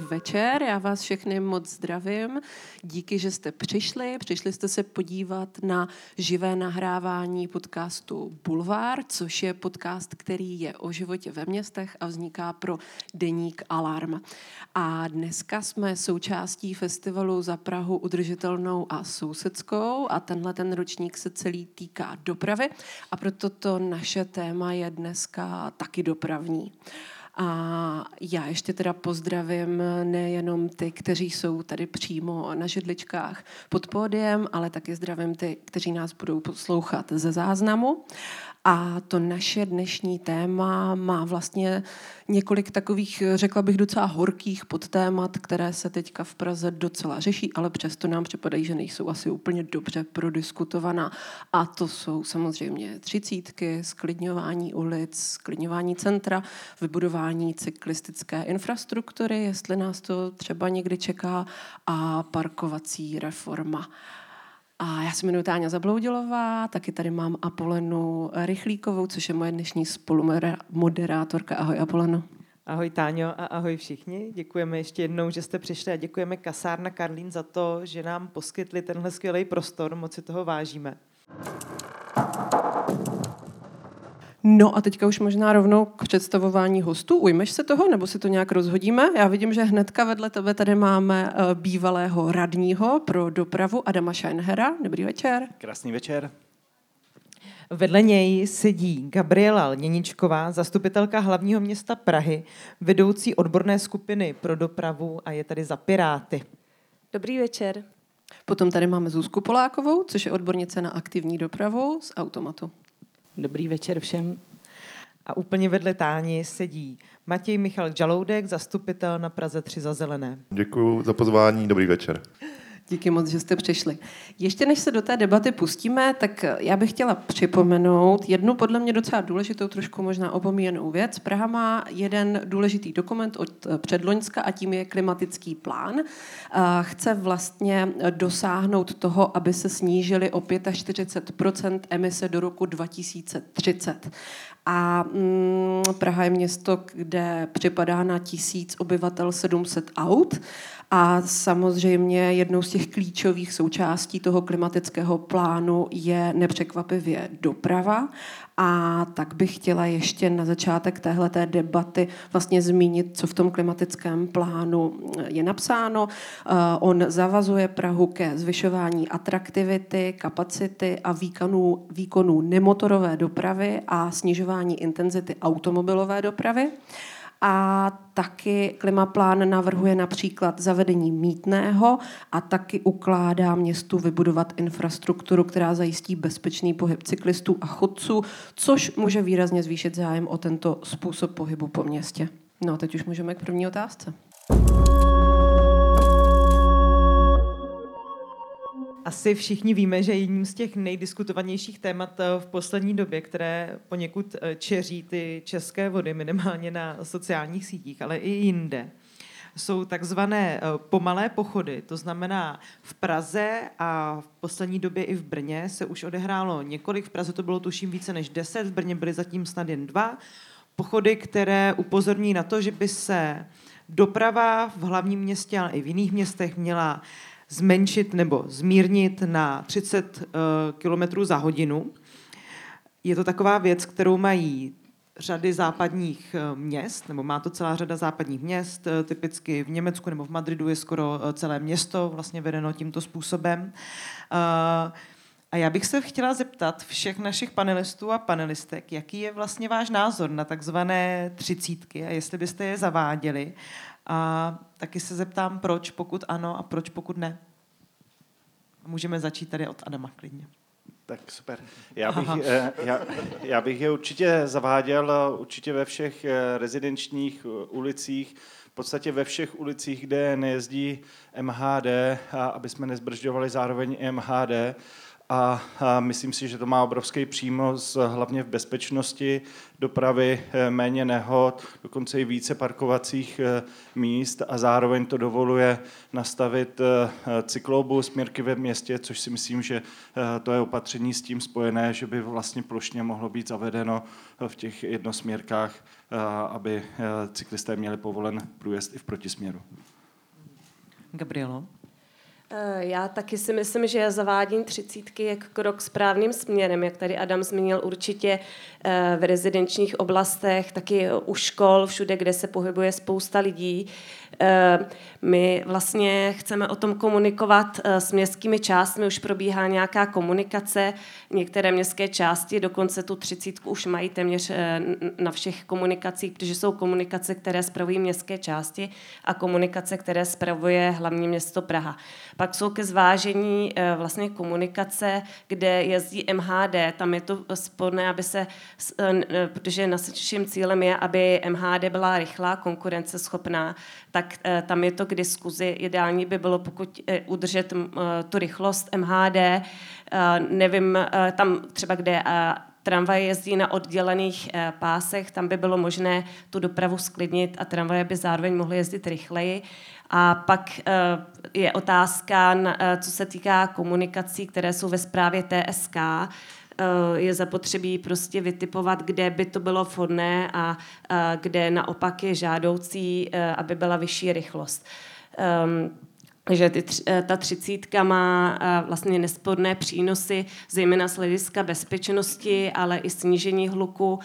podvečer, já vás všechny moc zdravím. Díky, že jste přišli. Přišli jste se podívat na živé nahrávání podcastu Bulvár, což je podcast, který je o životě ve městech a vzniká pro deník Alarm. A dneska jsme součástí festivalu Za Prahu udržitelnou a sousedskou a tenhle ten ročník se celý týká dopravy a proto to naše téma je dneska taky dopravní. A já ještě teda pozdravím nejenom ty, kteří jsou tady přímo na židličkách pod pódiem, ale taky zdravím ty, kteří nás budou poslouchat ze záznamu. A to naše dnešní téma má vlastně několik takových, řekla bych, docela horkých podtémat, které se teďka v Praze docela řeší, ale přesto nám připadají, že nejsou asi úplně dobře prodiskutovaná. A to jsou samozřejmě třicítky, sklidňování ulic, sklidňování centra, vybudování cyklistické infrastruktury, jestli nás to třeba někdy čeká, a parkovací reforma. A já se jmenuji Táňa Zabloudilová, taky tady mám Apolenu Rychlíkovou, což je moje dnešní spolumoderátorka. Ahoj, Apoleno. Ahoj, Táňo, a ahoj všichni. Děkujeme ještě jednou, že jste přišli a děkujeme Kasárna Karlín za to, že nám poskytli tenhle skvělý prostor, moc si toho vážíme. No a teďka už možná rovnou k představování hostů. Ujmeš se toho, nebo si to nějak rozhodíme? Já vidím, že hnedka vedle tebe tady máme bývalého radního pro dopravu Adama Scheinhera. Dobrý večer. Krásný večer. Vedle něj sedí Gabriela Lněničková, zastupitelka hlavního města Prahy, vedoucí odborné skupiny pro dopravu a je tady za Piráty. Dobrý večer. Potom tady máme Zuzku Polákovou, což je odbornice na aktivní dopravu z Automatu. Dobrý večer všem. A úplně vedle Táni sedí Matěj Michal Žaloudek, zastupitel na Praze 3 za zelené. Děkuji za pozvání, dobrý večer. Díky moc, že jste přišli. Ještě než se do té debaty pustíme, tak já bych chtěla připomenout jednu podle mě docela důležitou, trošku možná opomíjenou věc. Praha má jeden důležitý dokument od předloňska a tím je klimatický plán. Chce vlastně dosáhnout toho, aby se snížily o 45% emise do roku 2030. A Praha je město, kde připadá na 1000 obyvatel 700 aut. A samozřejmě jednou z těch klíčových součástí toho klimatického plánu je nepřekvapivě doprava. A tak bych chtěla ještě na začátek téhleté debaty vlastně zmínit, co v tom klimatickém plánu je napsáno. On zavazuje Prahu ke zvyšování atraktivity, kapacity a výkonů nemotorové dopravy a snižování intenzity automobilové dopravy. A taky klimaplán navrhuje například zavedení mýtného a taky ukládá městu vybudovat infrastrukturu, která zajistí bezpečný pohyb cyklistů a chodců, což může výrazně zvýšit zájem o tento způsob pohybu po městě. No a teď už můžeme k první otázce. Asi všichni víme, že jedním z těch nejdiskutovanějších témat v poslední době, které poněkud čeří ty české vody, minimálně na sociálních sítích, ale i jinde, jsou takzvané pomalé pochody. To znamená, v Praze a v poslední době i v Brně se už odehrálo několik. V Praze to bylo tuším více než 10, v Brně byly zatím snad jen 2 pochody, které upozorní na to, že by se doprava v hlavním městě, ale i v jiných městech měla zmenšit nebo zmírnit na 30 km za hodinu. Je to taková věc, kterou mají řady západních měst, nebo má to celá řada západních měst, typicky v Německu nebo v Madridu je skoro celé město vlastně vedeno tímto způsobem. A já bych se chtěla zeptat všech našich panelistů a panelistek, jaký je vlastně váš názor na takzvané třicítky a jestli byste je zaváděli. A taky se zeptám, proč, pokud ano, a proč, pokud ne. A můžeme začít tady od Adama klidně. Tak super. Já bych je určitě zaváděl určitě ve všech rezidenčních ulicích, v podstatě ve všech ulicích, kde nejezdí MHD, aby jsme nezbržďovali zároveň i MHD. A myslím si, že to má obrovský přínos hlavně v bezpečnosti dopravy, méně nehod, dokonce i více parkovacích míst a zároveň to dovoluje nastavit cyklobus směrky ve městě, což si myslím, že to je opatření s tím spojené, že by vlastně plošně mohlo být zavedeno v těch jednosměrkách, aby cyklisté měli povolen průjezd i v protisměru. Gabrielo? Já taky si myslím, že zavádění 30 je krok správným směrem, jak tady Adam zmínil, určitě v rezidenčních oblastech, taky u škol, všude, kde se pohybuje spousta lidí. My vlastně chceme o tom komunikovat s městskými částmi, už probíhá nějaká komunikace, některé městské části dokonce tu 30 už mají téměř na všech komunikacích, protože jsou komunikace, které spravují městské části a komunikace, které spravuje hlavní město Praha. Pak jsou ke zvážení vlastně komunikace, kde jezdí MHD, tam je to sporné, aby se, protože naším cílem je, aby MHD byla rychlá, konkurenceschopná, tak tam je to k diskuzi. Ideální by bylo, pokud udržet tu rychlost MHD, nevím, tam třeba, kde tramvaje jezdí na oddělených pásech, tam by bylo možné tu dopravu sklidnit a tramvaje by zároveň mohly jezdit rychleji. A pak je otázka, co se týká komunikací, které jsou ve správě TSK, je zapotřebí prostě vytipovat, kde by to bylo vhodné a kde naopak je žádoucí, aby byla vyšší rychlost. Že ta 30 má vlastně nesporné přínosy, zejména z hlediska bezpečnosti, ale i snížení hluku.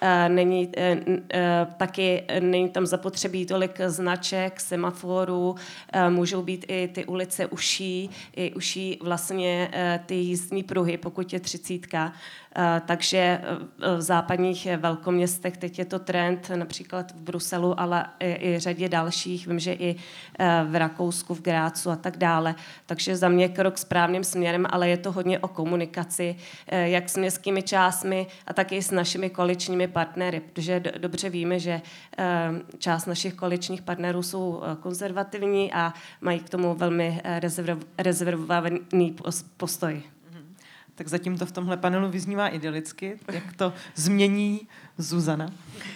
Není tam zapotřebí tolik značek, semaforů, můžou být i ty ulice uší vlastně ty jízdní pruhy, pokud je 30. Takže v západních velkoměstech teď je to trend, například v Bruselu, ale i řadě dalších. Vím, že i v Rakousku, v Grácu a tak dále. Takže za mě krok správným směrem, ale je to hodně o komunikaci, jak s městskými částmi a taky s našimi koaličními partnery, protože dobře víme, že část našich koaličních partnerů jsou konzervativní a mají k tomu velmi rezervovaný postoj. Tak zatím to v tomhle panelu vyznívá idylicky. Jak to změní Zuzana?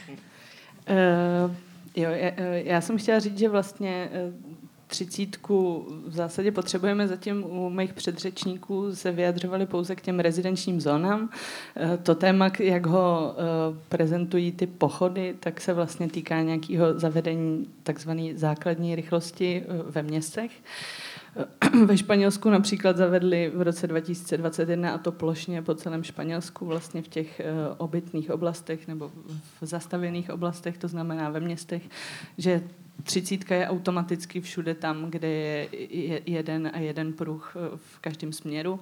Já jsem chtěla říct, že vlastně 30 v zásadě potřebujeme, zatím u mých předřečníků se vyjadřovali pouze k těm rezidenčním zónám. To téma, jak ho prezentují ty pochody, tak se vlastně týká nějakého zavedení takzvané základní rychlosti ve městech. Ve Španělsku například zavedli v roce 2021, a to plošně po celém Španělsku, vlastně v těch obytných oblastech nebo v zastavěných oblastech, to znamená ve městech, že 30 je automaticky všude tam, kde je jeden pruh v každém směru.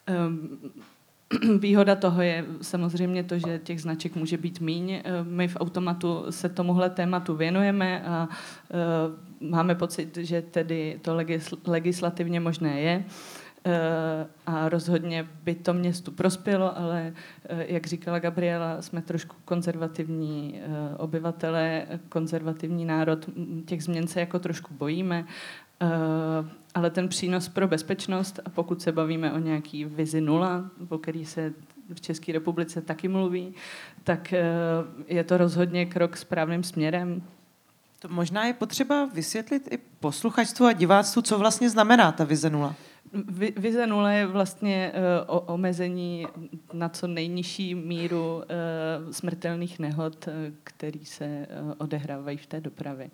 Výhoda toho je samozřejmě to, že těch značek může být míň. My v Automatu se tomuhle tématu věnujeme a máme pocit, že tedy to legislativně možné je. A rozhodně by to městu prospělo, ale jak říkala Gabriela, jsme trošku konzervativní obyvatelé, konzervativní národ, těch změn se jako trošku bojíme, ale ten přínos pro bezpečnost, a pokud se bavíme o nějaký vizi 0, o který se v České republice taky mluví, tak je to rozhodně krok správným směrem. To možná je potřeba vysvětlit i posluchačstvu a diváctvu, co vlastně znamená ta vize 0. Vize 0 je vlastně omezení na co nejnižší míru smrtelných nehod, které se odehrávají v té dopravě.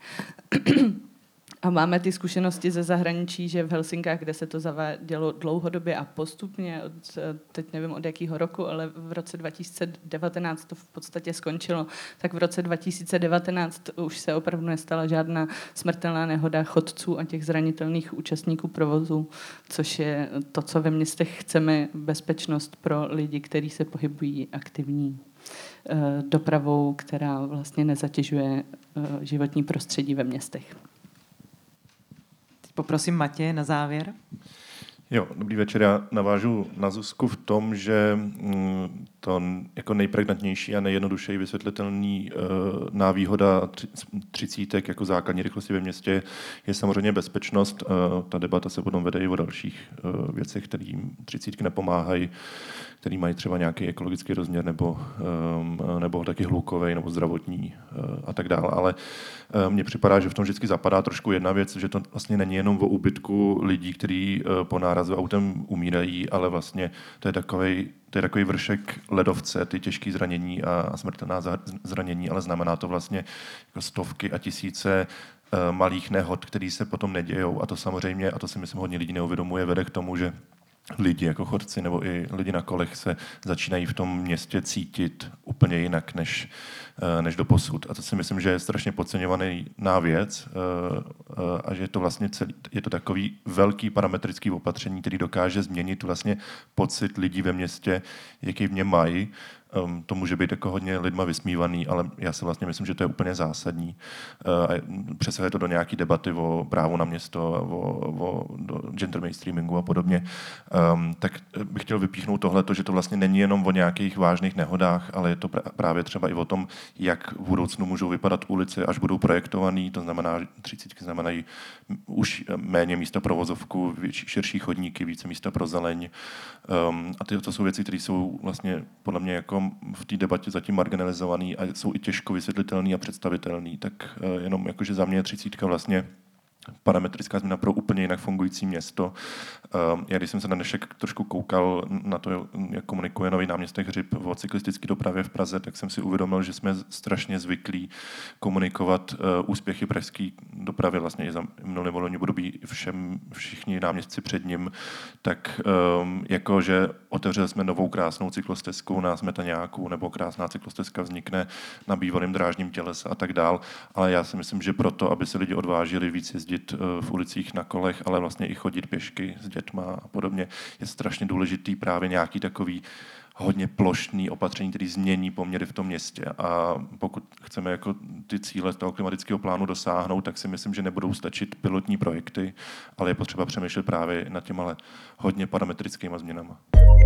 A máme ty zkušenosti ze zahraničí, že v Helsinkách, kde se to zavádělo dlouhodobě a postupně, teď nevím od jakého roku, ale v roce 2019 to v podstatě skončilo, tak v roce 2019 už se opravdu nestala žádná smrtelná nehoda chodců a těch zranitelných účastníků provozu, což je to, co ve městech chceme, bezpečnost pro lidi, kteří se pohybují aktivní dopravou, která vlastně nezatěžuje životní prostředí ve městech. Poprosím Matěje na závěr. Jo, dobrý večer. Já navážu na Zuzku v tom, že to jako nejpregnantnější a nejjednodušeji vysvětlitelný výhoda 30 jako základní rychlosti ve městě je samozřejmě bezpečnost. Ta debata se potom vede i o dalších věcech, kterým 30 nepomáhají, který mají třeba nějaký ekologický rozměr nebo taky hlukový nebo zdravotní a tak dále. Ale mně připadá, že v tom vždycky zapadá trošku jedna věc, že to vlastně není jenom o úbytku lidí, kteří po nárazu autem umírají, ale vlastně to je takový vršek ledovce, ty těžké zranění a smrtelná zranění, ale znamená to vlastně jako stovky a tisíce malých nehod, které se potom nedějou. A to samozřejmě, a to si myslím hodně lidí neuvědomuje, vede k tomu, že lidi jako chodci nebo i lidi na kolech se začínají v tom městě úplně jinak než doposud. A to si myslím, že je strašně podceňovaná věc a že je to vlastně je to takový velký parametrický opatření, který dokáže změnit vlastně pocit lidí ve městě, jaký v něm mají. To může být jako hodně lidma vysmívaný, ale já si vlastně myslím, že to je úplně zásadní. Přesahuje to do nějaké debaty o právu na město, do gender mainstreamingu a podobně. Tak bych chtěl vypíchnout tohleto, že to vlastně není jenom o nějakých vážných nehodách, ale je to právě třeba i o tom, jak v budoucnu můžou vypadat ulice, až budou projektovaný. To znamená, 30 znamenají už méně místa pro vozovku, širší chodníky, více místa pro zeleň. A to jsou věci, které jsou vlastně podle mě jako v té debatě zatím marginalizovaný a jsou i těžko vysvětlitelný a představitelný. Tak jenom jakože za mě je 30 vlastně parametrická změna pro úplně jinak fungující město. Já když jsem se na dnešek trošku koukal na to, jak komunikuje nový náměstek Hřib o cyklistické dopravě v Praze, tak jsem si uvědomil, že jsme strašně zvyklí komunikovat úspěchy pražské dopravy, vlastně i za minulý volební období všichni náměstci před ním, tak jakože otevřeli jsme novou krásnou cyklostezku na Smetaňáku, nebo krásná cyklostezka vznikne na bývalém drážním tělese a tak dál, ale já si myslím, že proto, aby se lidi odvážili víc jezdit v ulicích na kolech, ale vlastně i chodit pěšky s dětma a podobně, je strašně důležitý právě nějaký takový hodně plošný opatření, který změní poměry v tom městě. A pokud chceme jako ty cíle toho klimatického plánu dosáhnout, tak si myslím, že nebudou stačit pilotní projekty, ale je potřeba přemýšlet právě nad těma hodně parametrickými změnama.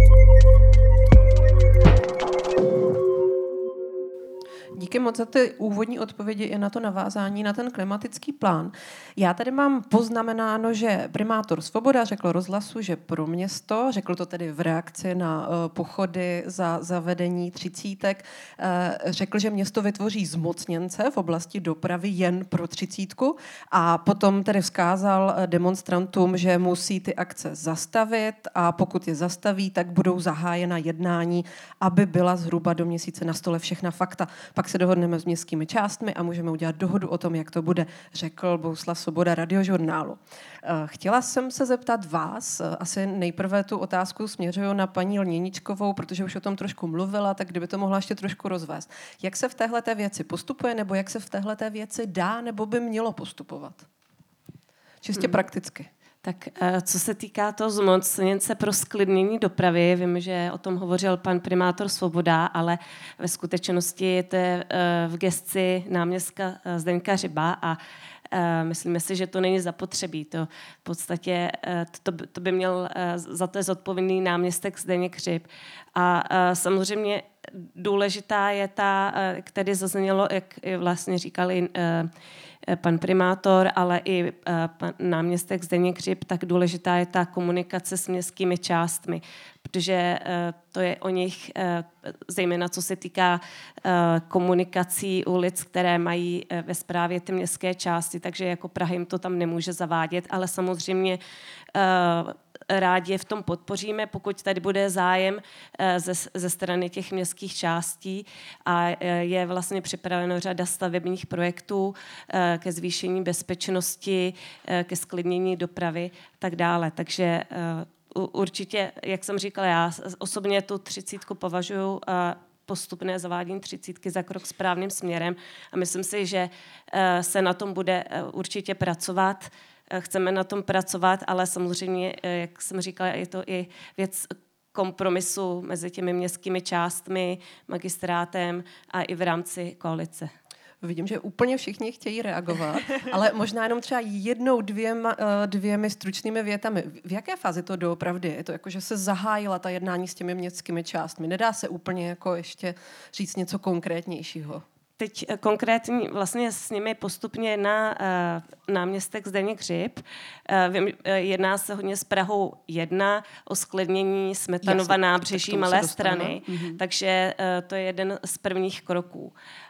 Díky moc za ty úvodní odpovědi i na to navázání na ten klimatický plán. Já tady mám poznamenáno, že primátor Svoboda řekl rozhlasu, že pro město, řekl to tedy v reakci na pochody za zavedení 30, řekl, že město vytvoří zmocněnce v oblasti dopravy jen pro 30 a potom tedy vzkázal demonstrantům, že musí ty akce zastavit a pokud je zastaví, tak budou zahájena jednání, aby byla zhruba do měsíce na stole všechna fakta. Pak se dohodneme s městskými částmi a můžeme udělat dohodu o tom, jak to bude, řekl Bohuslav Svoboda Radiožurnálu. Chtěla jsem se zeptat vás, asi nejprve tu otázku směřuju na paní Lněničkovou, protože už o tom trošku mluvila, tak kdyby to mohla ještě trošku rozvést. Jak se v téhleté věci postupuje, nebo jak se v téhleté věci dá, nebo by mělo postupovat? Čistě prakticky. Tak co se týká toho zmocněnce pro zklidnění dopravy, vím, že o tom hovořil pan primátor Svoboda, ale ve skutečnosti je to v gesci náměstka Zdeňka Hřiba a myslíme si, že to není zapotřebí. To v podstatě to by měl za to zodpovědný náměstek Zdeněk Hřib. A samozřejmě důležitá je ta, který zaznělo, jak vlastně říkali pan primátor, ale i pan náměstek Zdeněk Hřib, tak důležitá je ta komunikace s městskými částmi, protože to je o nich, zejména co se týká komunikací ulic, které mají ve správě ty městské části, takže jako Praha jim to tam nemůže zavádět, ale samozřejmě rádi je v tom podpoříme, pokud tady bude zájem ze strany těch městských částí a je vlastně připraveno řada stavebních projektů ke zvýšení bezpečnosti, ke zklidnění dopravy a tak dále. Takže určitě, jak jsem říkala, já osobně tu 30 považuji postupné zavádění 30 za krok správným směrem a myslím si, že se na tom bude určitě pracovat. Chceme na tom pracovat, ale samozřejmě, jak jsem říkala, je to i věc kompromisu mezi těmi městskými částmi, magistrátem a i v rámci koalice. Vidím, že úplně všichni chtějí reagovat, ale možná jenom třeba dvěmi stručnými větami. V jaké fázi to doopravdy je? Je to jako, že se zahájila ta jednání s těmi městskými částmi? Nedá se úplně jako ještě říct něco konkrétnějšího? Teď konkrétně vlastně s nimi postupně na náměstek Zdeněk Hřib. Jedná se hodně s Prahou 1 o sklidnění Smetanova nábřeží Malé Strany, takže to je jeden z prvních kroků.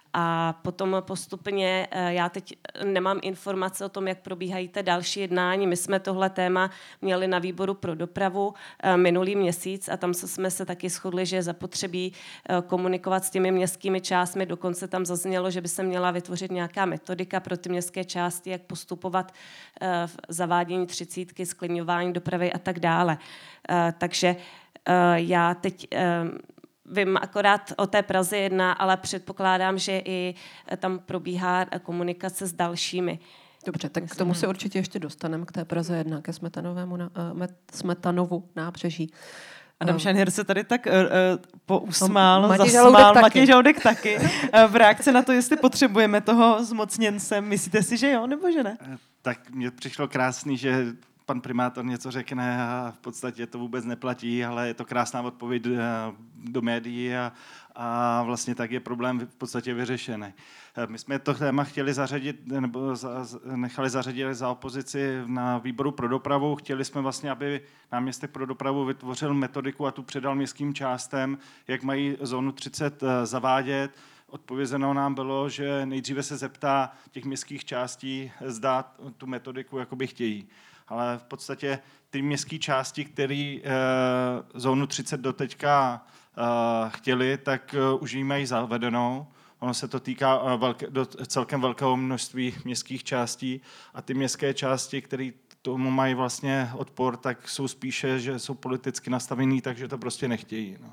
A potom postupně, já teď nemám informace o tom, jak probíhají ty další jednání. My jsme tohle téma měli na výboru pro dopravu minulý měsíc a tam jsme se taky shodli, že je zapotřebí komunikovat s těmi městskými částmi. Dokonce tam zaznělo, že by se měla vytvořit nějaká metodika pro ty městské části, jak postupovat v zavádění 30, skliňování dopravy a tak dále. Takže já teď vím akorát o té Praze 1, ale předpokládám, že i tam probíhá komunikace s dalšími. Dobře, tak k tomu se určitě ještě dostaneme, k té Praze 1, ke Smetanovu nábřeží. Adam Schenhier se tady tak pousmál, zasmál, Matěj Žaludek taky. V reakci na to, jestli potřebujeme toho zmocněnce, myslíte si, že jo, nebo že ne? Tak mně přišlo krásný, že pan primátor něco řekne a v podstatě to vůbec neplatí, ale je to krásná odpověď do médií a vlastně tak je problém v podstatě vyřešený. My jsme to téma chtěli zařadit, nebo nechali zařadit za opozici na výboru pro dopravu. Chtěli jsme vlastně, aby náměstek pro dopravu vytvořil metodiku a tu předal městským částem, jak mají zónu 30 zavádět. Odpovězeno nám bylo, že nejdříve se zeptá těch městských částí, zda tu metodiku jakoby chtějí. Ale v podstatě ty městské části, které zónu 30 doteďka chtěli, tak už ji mají zavedenou. Ono se to týká celkem velkého množství městských částí a ty městské části, které tomu mají vlastně odpor, tak jsou spíše, že jsou politicky nastavený, takže to prostě nechtějí. No.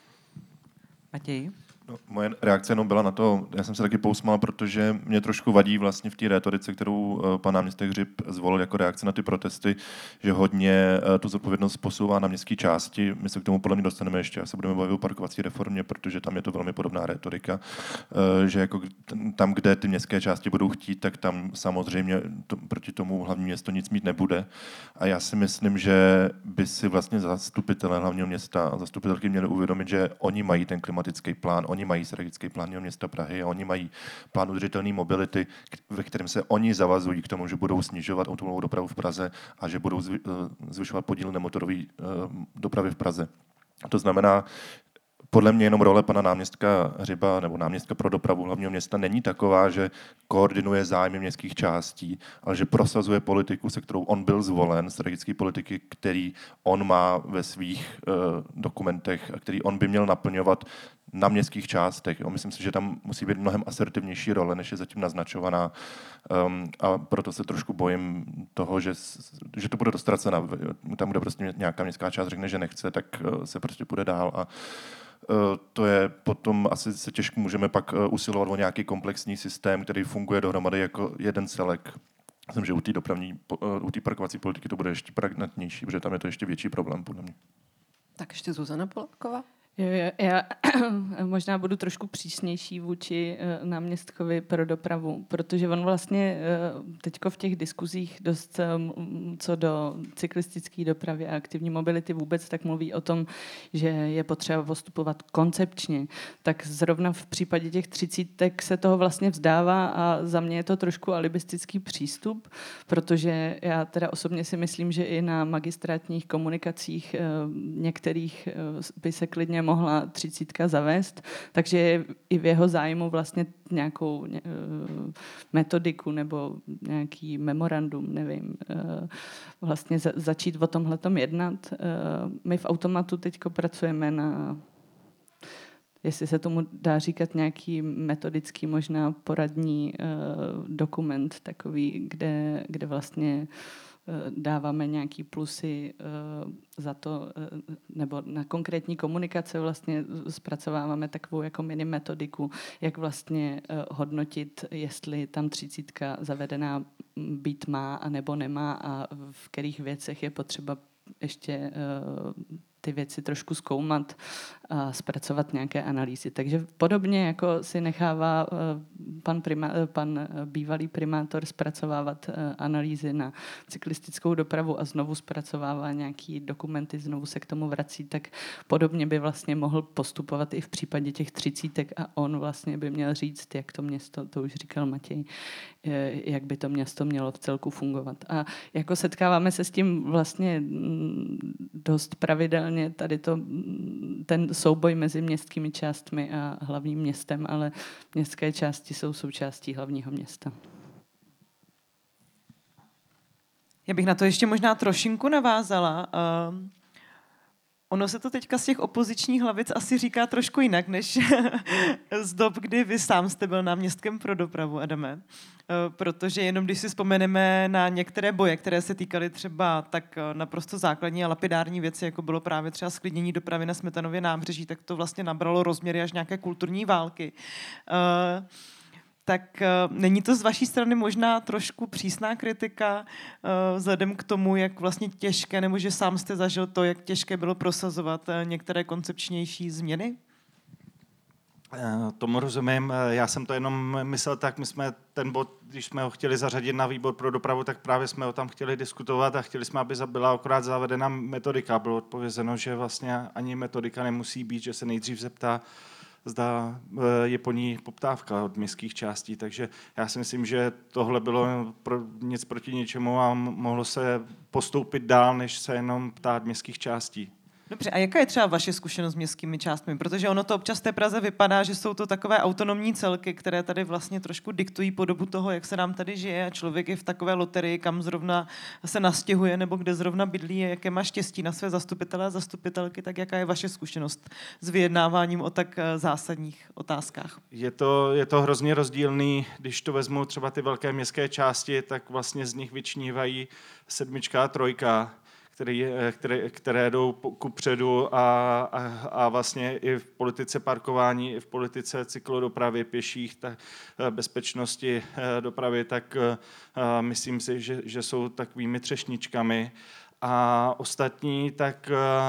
Matěj? No, moje reakce jenom byla na to, já jsem se taky pousmál, protože mě trošku vadí vlastně v té rétorice, kterou pan náměstek Hřib zvolil jako reakce na ty protesty, že hodně tu zodpovědnost posouvá na městské části. My se k tomu podle mě dostaneme ještě, a se budeme bavit o parkovací reformě, protože tam je to velmi podobná rétorika, že jako tam, kde ty městské části budou chtít, tak tam samozřejmě proti tomu hlavní město nic mít nebude. A já si myslím, že by si vlastně zastupitelé hlavního města a zastupitelky měli uvědomit, že oni mají ten klimatický plán, oni mají strategický plán města Prahy a oni mají plán udržitelné mobility, ve kterém se oni zavazují k tomu, že budou snižovat automobilovou dopravu v Praze a že budou zvyšovat podíl nemotorové dopravy v Praze. To znamená, podle mě jenom role pana náměstka Hřiba nebo náměstka pro dopravu hlavního města není taková, že koordinuje zájmy městských částí, ale že prosazuje politiku, se kterou on byl zvolen, strategické politiky, který on má ve svých dokumentech a který on by měl naplňovat na městských částech. Myslím si, že tam musí být mnohem asertivnější role, než je zatím naznačovaná. A proto se trošku bojím toho, že to bude dostracena. Tam, kde prostě nějaká městská část řekne, že nechce, tak se prostě půjde dál. A to je potom, asi se těžko můžeme pak usilovat o nějaký komplexní systém, který funguje dohromady jako jeden celek. Myslím, že u té parkovací politiky to bude ještě pregnantnější, protože tam je to ještě větší problém, podle mě. Tak ještě Zuzana Poláková. Já možná budu trošku přísnější vůči náměstkovi pro dopravu, protože on vlastně teďko v těch diskuzích dost co do cyklistické dopravy a aktivní mobility vůbec tak mluví o tom, že je potřeba postupovat koncepčně. Tak zrovna v případě těch 30 se toho vlastně vzdává a za mě je to trošku alibistický přístup, protože já teda osobně si myslím, že i na magistrátních komunikacích některých by se klidně mohla 30 zavést, takže je i v jeho zájmu vlastně nějakou metodiku nebo nějaký memorandum, nevím, vlastně začít o tomhletom jednat. My v Automatu teďko pracujeme na, jestli se tomu dá říkat, nějaký metodický, možná poradní dokument takový, kde vlastně dáváme nějaký plusy za to, nebo na konkrétní komunikace vlastně zpracováváme takovou jako mini metodiku, jak vlastně hodnotit, jestli tam 30 zavedená být má a nebo nemá a v kterých věcech je potřeba ještě ty věci trošku zkoumat a zpracovat nějaké analýzy. Takže podobně jako si nechává pan bývalý primátor zpracovávat analýzy na cyklistickou dopravu a znovu zpracovává nějaký dokumenty, znovu se k tomu vrací, tak podobně by vlastně mohl postupovat i v případě těch 30 a on vlastně by měl říct, jak to město, to už říkal Matěj, jak by to město mělo v celku fungovat. A jako setkáváme se s tím vlastně dost pravidelně, tady ten souboj mezi městskými částmi a hlavním městem, ale městské části jsou součástí hlavního města. Já bych na to ještě možná trošinku navázala. Ono se to teďka z těch opozičních hlavic asi říká trošku jinak, než z dob, kdy vy sám jste byl náměstkem pro dopravu, Adame. Protože jenom když si vzpomeneme na některé boje, které se týkaly třeba tak naprosto základní a lapidární věci, jako bylo právě třeba sklidnění dopravy na Smetanově nábřeží, tak to vlastně nabralo rozměry až nějaké kulturní války. Tak není to z vaší strany možná trošku přísná kritika vzhledem k tomu, jak vlastně těžké, nebo že sám jste zažil to, jak těžké bylo prosazovat některé koncepčnější změny? Tomu rozumím. Já jsem to jenom myslel tak, my jsme ten bod, když jsme ho chtěli zařadit na výbor pro dopravu, tak právě jsme ho tam chtěli diskutovat a chtěli jsme, aby byla akorát zavedena metodika. Bylo odpovězeno, že vlastně ani metodika nemusí být, že se nejdřív zeptá, zda je po ní poptávka od městských částí. Takže já si myslím, že tohle bylo nic proti ničemu a mohlo se postoupit dál, než se jenom ptát městských částí. Dobře, a jaká je třeba vaše zkušenost s městskými částmi? Protože ono to občas v té Praze vypadá, že jsou to takové autonomní celky, které tady vlastně trošku diktují podobu toho, jak se nám tady žije a člověk je v takové loterii, kam zrovna se nastěhuje nebo kde zrovna bydlí, jaké má štěstí na své zastupitele a zastupitelky, tak jaká je vaše zkušenost s vyjednáváním o tak zásadních otázkách? Je to hrozně rozdílný, když to vezmu třeba ty velké městské části, tak vlastně z nich vyčnívají 7 a 3, které jdou kupředu a vlastně i v politice parkování, i v politice cyklodopravy, pěších, tak bezpečnosti dopravy, tak myslím si, že jsou takovými třešničkami. A ostatní tak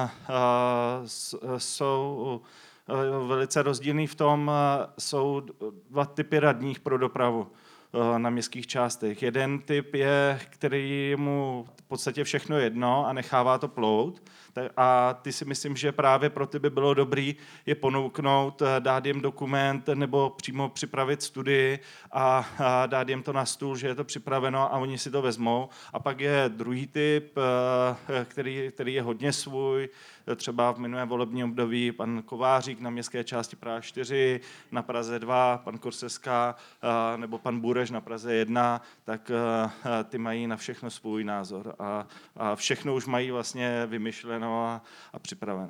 jsou velice rozdílný v tom, jsou 2 typy radních pro dopravu na městských částech. Jeden typ je, který mu v podstatě všechno jedno a nechává to plout. A ty si myslím, že právě pro ty by bylo dobrý je ponouknout, dát jim dokument nebo přímo připravit studii a dát jim to na stůl, že je to připraveno a oni si to vezmou. A pak je druhý typ, který je hodně svůj, třeba v minulém volebním období pan Kovářík na městské části Praha 4, na Praze 2, pan Korseska nebo pan Bureš na Praze 1, tak ty mají na všechno svůj názor a všechno už mají vlastně vymyšleno a připraveno.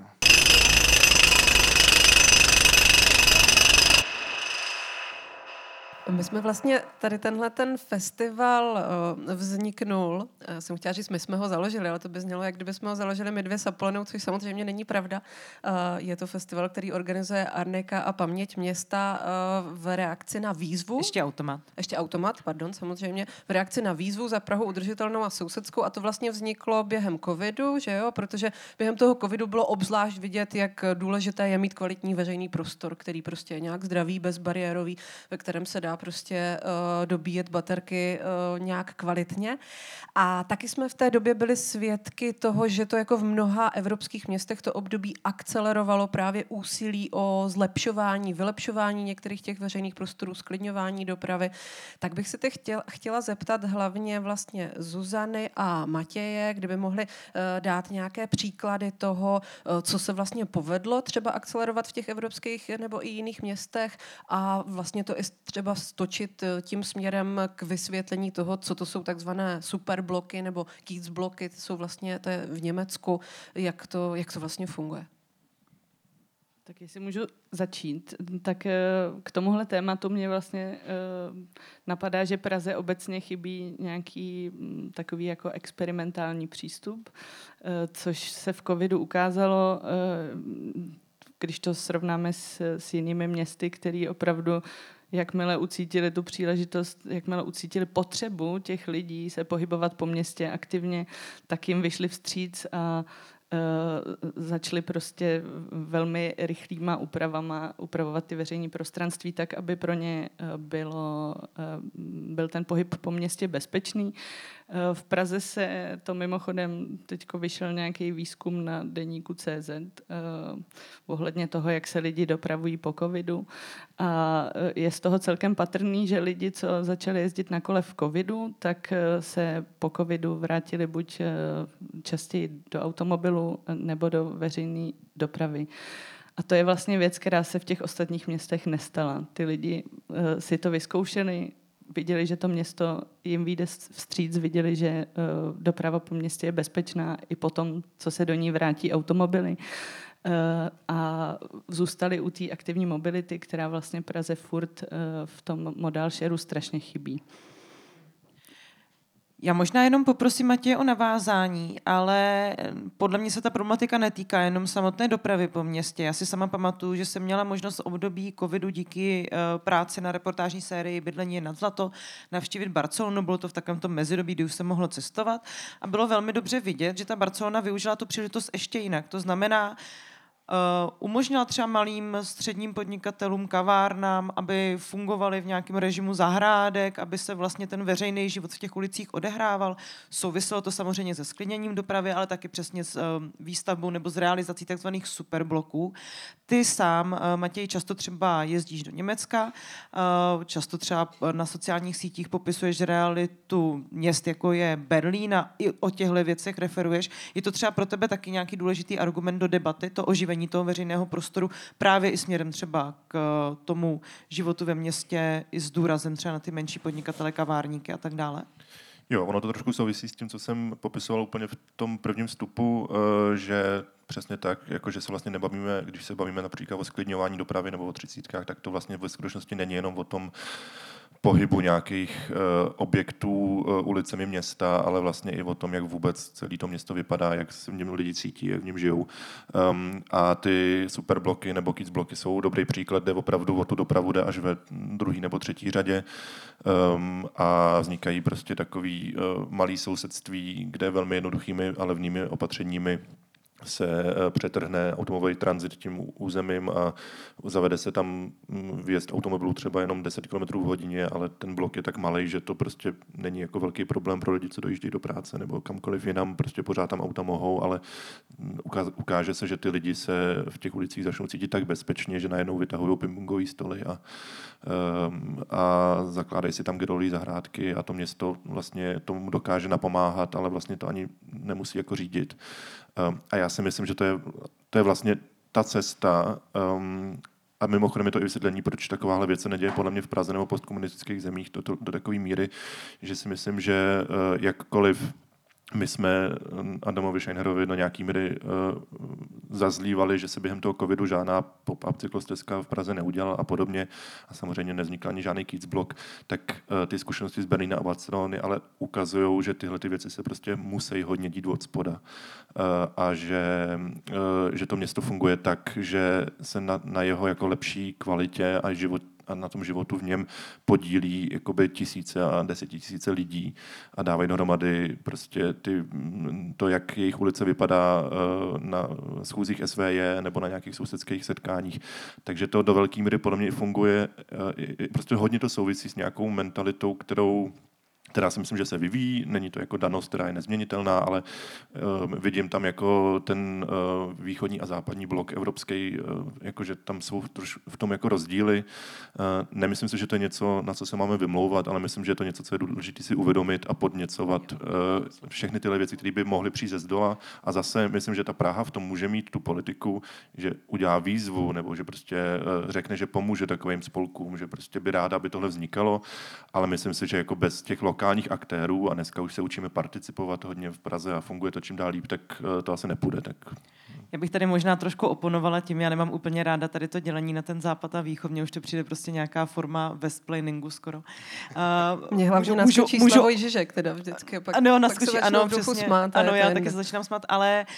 My jsme vlastně tady ten festival vzniknul, jsem chtěla říct, my jsme ho založili, ale to by znělo, jak kdyby jsme ho založili my 2 s Apolenou, což samozřejmě není pravda. Je to festival, který organizuje Arnika a Paměť města v reakci na výzvu. Ještě automat, pardon, samozřejmě. V reakci na výzvu za Prahu udržitelnou a sousedskou a to vlastně vzniklo během covidu, že jo, protože během toho covidu bylo obzvlášť vidět, jak důležité je mít kvalitní veřejný prostor, který prostě je nějak zdravý, bezbariérový, ve kterém se dá prostě dobíjet baterky nějak kvalitně. A taky jsme v té době byli svědky toho, že to jako v mnoha evropských městech to období akcelerovalo právě úsilí o zlepšování, vylepšování některých těch veřejných prostorů, sklidňování dopravy. Tak bych se chtěla zeptat hlavně vlastně Zuzany a Matěje, kdyby mohli dát nějaké příklady toho, co se vlastně povedlo třeba akcelerovat v těch evropských nebo i jiných městech a vlastně to i třeba stočit tím směrem k vysvětlení toho, co to jsou takzvané superbloky nebo Kiezbloky, to je v Německu, jak to vlastně funguje. Tak jestli můžu začít, tak k tomuhle tématu mě vlastně napadá, že Praze obecně chybí nějaký takový jako experimentální přístup, což se v covidu ukázalo, když to srovnáme s jinými městy, který opravdu jakmile ucítili tu příležitost, jakmile ucítili potřebu těch lidí se pohybovat po městě aktivně, tak jim vyšli vstříc a začali prostě velmi rychlýma úpravama upravovat ty veřejné prostranství tak, aby pro ně byl ten pohyb po městě bezpečný. V Praze se to mimochodem teďko vyšel nějaký výzkum na deníku CZ ohledně toho, jak se lidi dopravují po covidu a je z toho celkem patrný, že lidi, co začali jezdit na kole v covidu, tak se po covidu vrátili buď častěji do automobilu nebo do veřejné dopravy. A to je vlastně věc, která se v těch ostatních městech nestala. Ty lidi si to vyzkoušeli, viděli, že to město jim vyjde vstříc, viděli, že doprava po městě je bezpečná i potom, co se do ní vrátí automobily. A zůstali u té aktivní mobility, která vlastně Praze furt v tom modal shareu strašně chybí. Já možná jenom poprosím Matěje o navázání, ale podle mě se ta problematika netýká jenom samotné dopravy po městě. Já si sama pamatuju, že jsem měla možnost v období covidu díky práci na reportážní sérii Bydlení nad zlato navštívit Barcelonu. Bylo to v takovém tom mezidobí, kdy už jsem mohla cestovat a bylo velmi dobře vidět, že ta Barcelona využila tu příležitost ještě jinak. To znamená, umožnila třeba malým středním podnikatelům, kavárnám, aby fungovali v nějakém režimu zahrádek, aby se vlastně ten veřejný život v těch ulicích odehrával. Souviselo to samozřejmě se sklidněním dopravy, ale taky přesně s výstavbou nebo s realizací takzvaných superbloků. Ty sám, Matěj, často třeba jezdíš do Německa, často třeba na sociálních sítích popisuješ realitu měst, jako je Berlín, a i o těchto věcech referuješ. Je to třeba pro tebe taky nějaký důležitý argument do debaty, to oživení toho veřejného prostoru právě i směrem třeba k tomu životu ve městě i s důrazem třeba na ty menší podnikatele, kavárníky a tak dále? Jo, ono to trošku souvisí s tím, co jsem popisoval úplně v tom prvním vstupu, že přesně tak, jakože se vlastně nebavíme, když se bavíme například o sklidňování dopravy nebo o 30, tak to vlastně v skutečnosti není jenom o tom pohybu nějakých objektů ulicemi města, ale vlastně i o tom, jak vůbec celé to město vypadá, jak se v něm lidi cítí, jak v něm žijou. A ty superbloky nebo kidsbloky jsou dobrý příklad, kde opravdu o tu dopravu jde až ve druhé nebo třetí řadě a vznikají prostě takový malý sousedství, kde velmi jednoduchými a levnými opatřeními se přetrhne automobilový tranzit tím územím a zavede se tam vjezd automobilů třeba jenom 10 km v hodině, ale ten blok je tak malý, že to prostě není jako velký problém pro lidi, co dojíždějí do práce nebo kamkoliv jinam, prostě pořád tam auta mohou, ale ukáže se, že ty lidi se v těch ulicích začnou cítit tak bezpečně, že najednou vytahují pingpongový stoly a zakládají si tam gedolí zahrádky a to město vlastně tomu dokáže napomáhat, ale vlastně to ani nemusí jako řídit. A já si myslím, že to je vlastně ta cesta, a mimochodem je to i vysvětlení, proč takováhle věc se neděje podle mě v Praze nebo postkomunistických zemích do takové míry, že si myslím, že jakkoliv my jsme Adamovi Scheinerovi do nějaký míry zazlívali, že se během toho covidu žádná pop-up cyklostezka v Praze neudělala a podobně a samozřejmě nevznikl ani žádný kidsblok, tak ty zkušenosti z Berlína a Barcelony ale ukazují, že tyhle ty věci se prostě musí hodně dít od spoda a že to město funguje tak, že se na jeho jako lepší kvalitě a na tom životu v něm podílí jakoby tisíce a desetitisíce lidí a dávají dohromady prostě to, jak jejich ulice vypadá na schůzích SVJ nebo na nějakých sousedských setkáních. Takže to do velké míry podle mě funguje. Prostě hodně to souvisí s nějakou mentalitou, která si myslím, že se vyvíjí. Není to jako danost, která je nezměnitelná, ale vidím tam jako ten východní a západní blok evropský, jakože tam jsou v tom jako rozdíly. Nemyslím si, že to je něco, na co se máme vymlouvat, ale myslím, že je to něco, co je důležité si uvědomit a podněcovat všechny tyhle věci, které by mohly přijít ze zdola. A zase myslím, že ta Praha v tom může mít tu politiku, že udělá výzvu nebo že prostě řekne, že pomůže takovým spolkům, že prostě by ráda, aby tohle vznikalo, ale myslím si, že jako bez těch lokálních aktérů, a dneska už se učíme participovat hodně v Praze a funguje to čím dál líp, tak to asi nepůjde. Tak. Já bych tady možná trošku oponovala tím, já nemám úplně ráda tady to dělení na ten západ a východ, mně už to přijde prostě nějaká forma westplainingu skoro. Mě hlavně naskočí Slavoj Žižek teda vždycky, pak, ano, pak se začnou v duchu smát. Ano, já taky se začínám smát, ale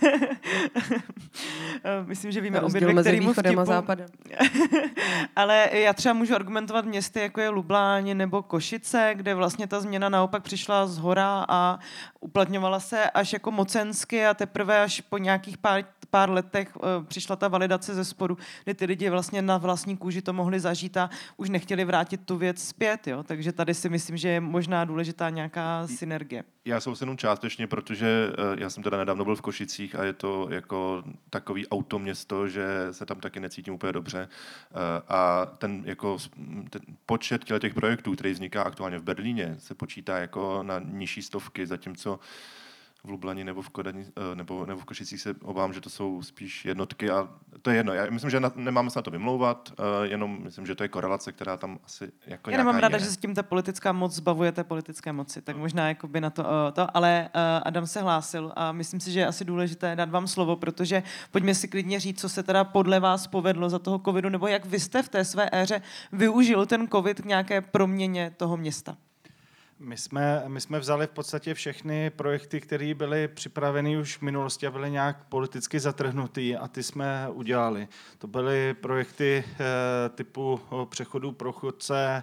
myslím, že víme obě dvě, kterýmu vtipu. A západem. Ale já třeba můžu argumentovat městy, jako je Lubláň nebo Košice, kde vlastně ta změna naopak přišla zhora a uplatňovala se až jako mocensky a teprve až po nějakých pár letech přišla ta validace ze spodu, kdy ty lidi vlastně na vlastní kůži to mohli zažít a už nechtěli vrátit tu věc zpět. Jo? Takže tady si myslím, že je možná důležitá nějaká synergie. Já souhlasím jenom částečně, protože já jsem teda nedávno byl v Košicích a je to jako takový automěsto, že se tam taky necítím úplně dobře. A ten počet těch projektů, který vzniká aktuálně v Berlíně, se počítá jako na nižší stovky, zatímco v Lublani nebo v Kodani, nebo v Košicích se obávám, že to jsou spíš jednotky a to je jedno. Já myslím, že nemáme se na to vymlouvat, jenom myslím, že to je korelace, která tam asi jako já nemám nějaká ráda, je. že se tím ta politická moc zbavuje té politické moci, tak možná jakoby na to, ale Adam se hlásil a myslím si, že je asi důležité dát vám slovo, protože pojďme si klidně říct, co se teda podle vás povedlo za toho covidu, nebo jak vy jste v té své éře využil ten covid k nějaké proměně toho města. My jsme vzali v podstatě všechny projekty, které byly připraveny už v minulosti a byly nějak politicky zatrhnutý a ty jsme udělali. To byly projekty typu přechodů pro chodce,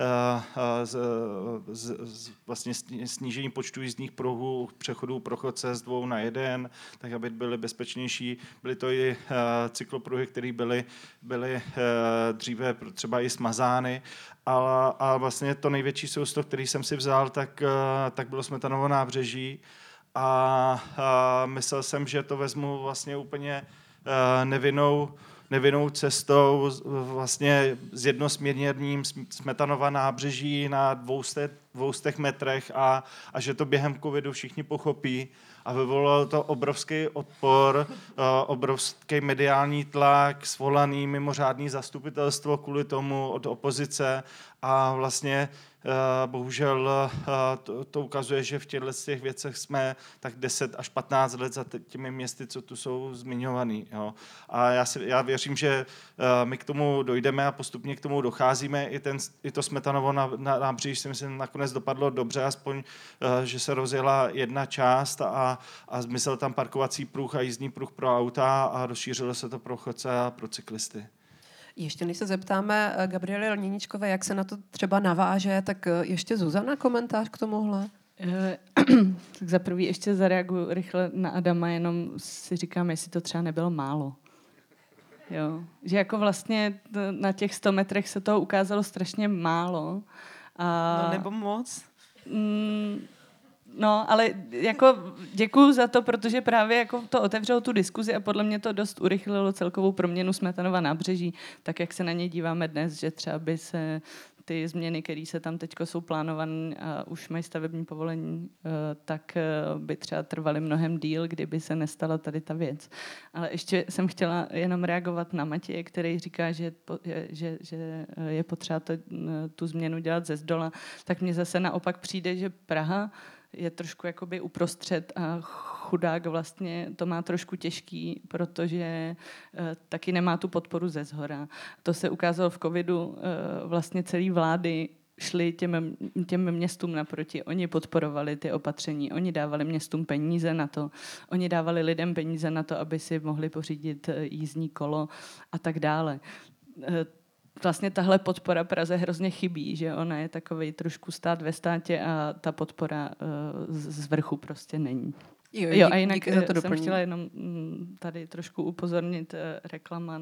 vlastně snížení počtu jízdních pruhů, přechodů pro chodce z 2 na 1, tak aby byly bezpečnější. Byly to i cyklopruhy, které byly dříve třeba i smazány. A vlastně to největší sousto, který jsem si vzal, tak bylo Smetanovo nábřeží a myslel jsem, že to vezmu vlastně úplně nevinnou cestou, vlastně s jednosměrným Smetanova nábřeží na 200 metrech a že to během covidu všichni pochopí. A vyvolalo to obrovský odpor, obrovský mediální tlak, svolaný mimořádný zastupitelstvo kvůli tomu od opozice a vlastně bohužel to ukazuje, že v těchto těch věcech jsme tak 10 až 15 let za těmi městy, co tu jsou zmiňovaný. Jo. A já věřím, že my k tomu dojdeme a postupně k tomu docházíme. I to Smetanovo nábřeží si myslím nakonec dopadlo dobře, aspoň, že se rozjela jedna část a zmizel tam parkovací pruh a jízdní pruh pro auta a rozšířilo se to pro chodce a pro cyklisty. Ještě než se zeptáme Gabriely Lněničkové, jak se na to třeba naváže, tak ještě Zuzana komentář k tomuhle. Tak za prvý ještě zareaguju rychle na Adama, jenom si říkám, jestli to třeba nebylo málo. Jo. Že jako vlastně na těch 100 metrech se toho ukázalo strašně málo. No nebo moc? No, ale jako děkuju za to, protože právě jako to otevřelo tu diskuzi a podle mě to dost urychlilo celkovou proměnu Smetanova nábřeží, tak jak se na ně díváme dnes, že třeba by se ty změny, které se tam teď jsou plánované a už mají stavební povolení, tak by třeba trvaly mnohem díl, kdyby se nestala tady ta věc. Ale ještě jsem chtěla jenom reagovat na Matěje, který říká, že je potřeba tu změnu dělat ze zdola, tak mně zase naopak přijde, že Praha je trošku jakoby uprostřed a chudák vlastně to má trošku těžký, protože taky nemá tu podporu ze zhora. To se ukázalo v covidu, vlastně celý vlády šli těm městům naproti. Oni podporovali ty opatření, oni dávali městům peníze na to, oni dávali lidem peníze na to, aby si mohli pořídit jízdní kolo a tak dále. Vlastně tahle podpora Praze hrozně chybí, že ona je takovej trošku stát ve státě a ta podpora z vrchu prostě není. Jo, a jinak jsem chtěla jenom tady trošku upozornit reklama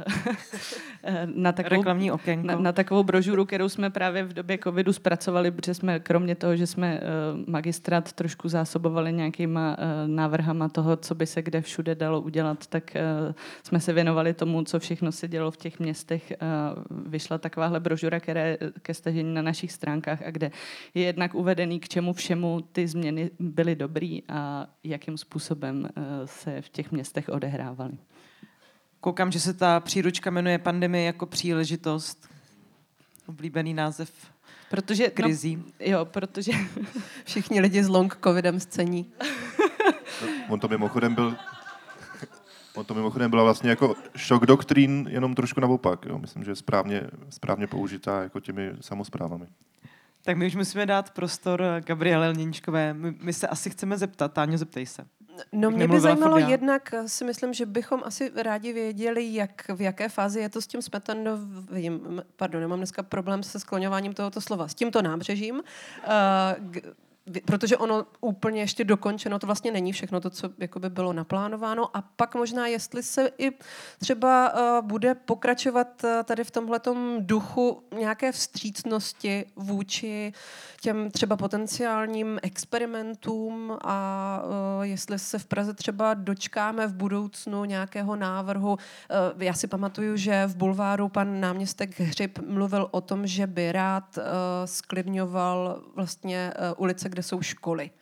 na takovou, reklamní okénko. Na takovou brožuru, kterou jsme právě v době covidu zpracovali, protože jsme kromě toho, že jsme magistrát trošku zásobovali nějakýma návrhama toho, co by se kde všude dalo udělat, tak jsme se věnovali tomu, co všechno se dělo v těch městech. Vyšla takováhle brožura, která je ke stažení na našich stránkách a kde je jednak uvedený, k čemu všemu ty změny byly dobrý a jakým způsobem se v těch městech odehrávaly. Koukám, že se ta příručka jmenuje Pandemie jako příležitost. Oblíbený název krizí. No, jo, protože všichni lidi s long covidem scení. On to mimochodem byla vlastně jako šok doktrín, jenom trošku naopak. Jo. Myslím, že je správně použitá jako těmi samosprávami. Tak my už musíme dát prostor Gabriele Lněničkové. My se asi chceme zeptat. Táňo, zeptej se. No mě by zajímalo jednak, si myslím, že bychom asi rádi věděli, v jaké fázi je to s tím Smetanovým, nemám dneska problém se skloňováním tohoto slova, s tímto nábřežím, protože ono úplně ještě dokončeno, to vlastně není všechno to, co jakoby bylo naplánováno a pak možná, jestli se i třeba bude pokračovat tady v tomhletom duchu nějaké vstřícnosti vůči těm třeba potenciálním experimentům a jestli se v Praze třeba dočkáme v budoucnu nějakého návrhu. Já si pamatuju, že v Bulváru pan náměstek Hřib mluvil o tom, že by rád sklidňoval vlastně ulice, kde jsou školy.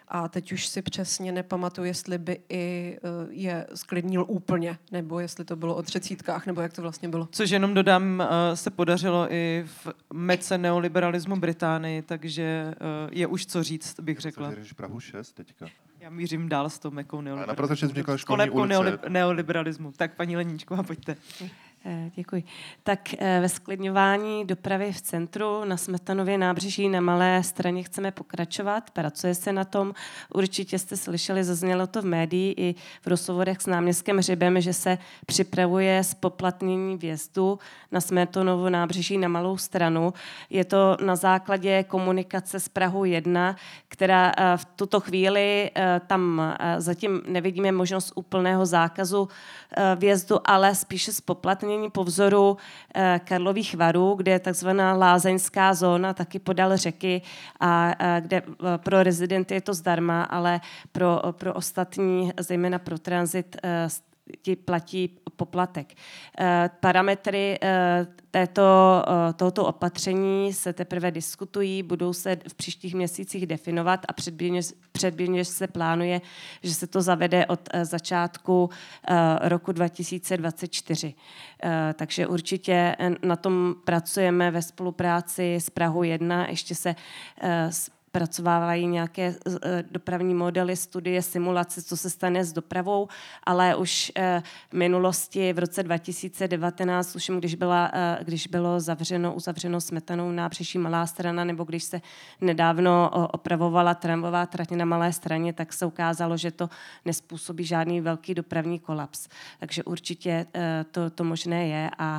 a teď už si přesně nepamatuju, jestli by i je sklidnil úplně, nebo jestli to bylo o 30, nebo jak to vlastně bylo. Což jenom dodám, se podařilo i v mece neoliberalismu Británii, takže je už co říct, bych řekla. Co Prahu 6 teďka? Já mířím dál s tou mekou neoliberalismu. A na Praze 6 vznikla školní ulice. Neoliberalismu. Tak paní Leníčková, pojďte. Děkuji. Tak ve sklidňování dopravy v centru na Smetanově nábřeží na Malé Straně chceme pokračovat, pracuje se na tom. Určitě jste slyšeli, zaznělo to v médii i v rozhovorech s náměstkem Hřibem, že se připravuje zpoplatnění vjezdu na Smetanovo nábřeží na Malou Stranu. Je to na základě komunikace s Prahou 1, která v tuto chvíli tam zatím nevidíme možnost úplného zákazu vjezdu, ale spíše zpoplatnění po vzoru Karlových Varů, kde je takzvaná lázeňská zóna, taky podél řeky, a kde pro rezidenty je to zdarma, ale pro ostatní, zejména pro tranzit, ti platí poplatek. Parametry tohoto opatření se teprve diskutují, budou se v příštích měsících definovat a předběžně se plánuje, že se to zavede od začátku roku 2024. Takže určitě na tom pracujeme ve spolupráci s Prahou 1, ještě se zpracovávají nějaké dopravní modely, studie, simulace, co se stane s dopravou, ale už v minulosti, v roce 2019, už když bylo uzavřeno Smetanou nábřeží Malá Strana, nebo když se nedávno opravovala tramvajová trať na Malé Straně, tak se ukázalo, že to nespůsobí žádný velký dopravní kolaps. Takže určitě to možné je a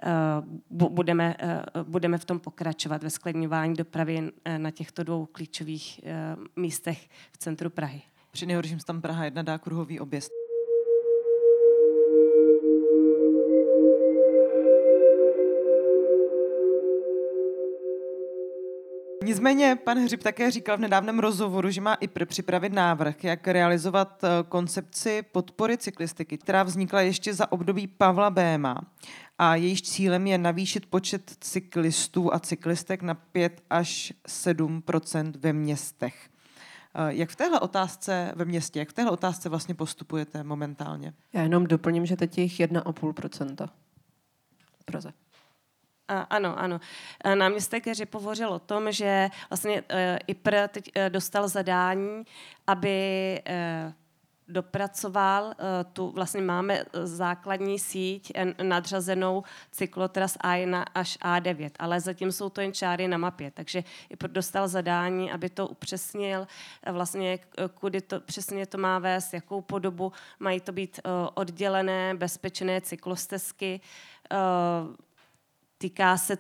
budeme v tom pokračovat ve zklidňování dopravy na těchto dvou klíčových místech v centru Prahy. Při nejhorším tam Praha 1 dá kruhový objezd. Nicméně pan Hřib také říkal v nedávném rozhovoru, že má IPR připravit návrh, jak realizovat koncepci podpory cyklistiky, která vznikla ještě za období Pavla Béma. A jejíž cílem je navýšit počet cyklistů a cyklistek na 5 až 7% ve městech. Jak v téhle otázce ve městě, jak v téhle otázce vlastně postupujete momentálně? Já jenom doplním, že teď je jich 1,5% v Praze. Ano. Náměstek Hřib hovořil o tom, že vlastně IPR teď dostal zadání, aby dopracoval, tu vlastně máme základní síť nadřazenou cyklotras A1 až A9, ale zatím jsou to jen čáry na mapě, takže IPR dostal zadání, aby to upřesnil, vlastně kudy to přesně to má vést, jakou podobu, mají to být oddělené, bezpečné cyklostezky. Týká se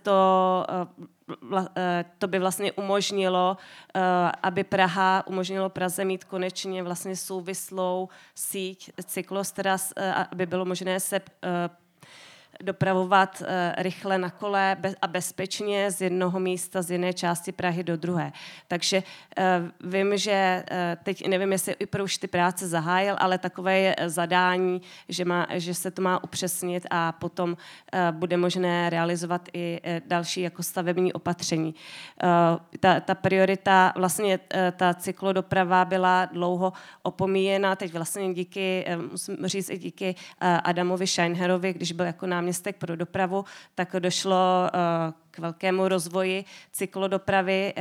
to by vlastně umožnilo, aby umožnilo Praze mít konečně vlastně souvislou síť cyklostras, aby bylo možné se dopravovat rychle na kole a bezpečně z jednoho místa, z jedné části Prahy do druhé. Takže vím, že teď nevím, jestli IPR už ty práce zahájil, ale takové je zadání, že se to má upřesnit a potom bude možné realizovat i další jako stavební opatření. Ta priorita, vlastně ta cyklodoprava byla dlouho opomíjena, teď vlastně musím říct i díky Adamovi Scheinherovi, když byl jako náměstek pro dopravu, tak došlo k velkému rozvoji cyklodopravy,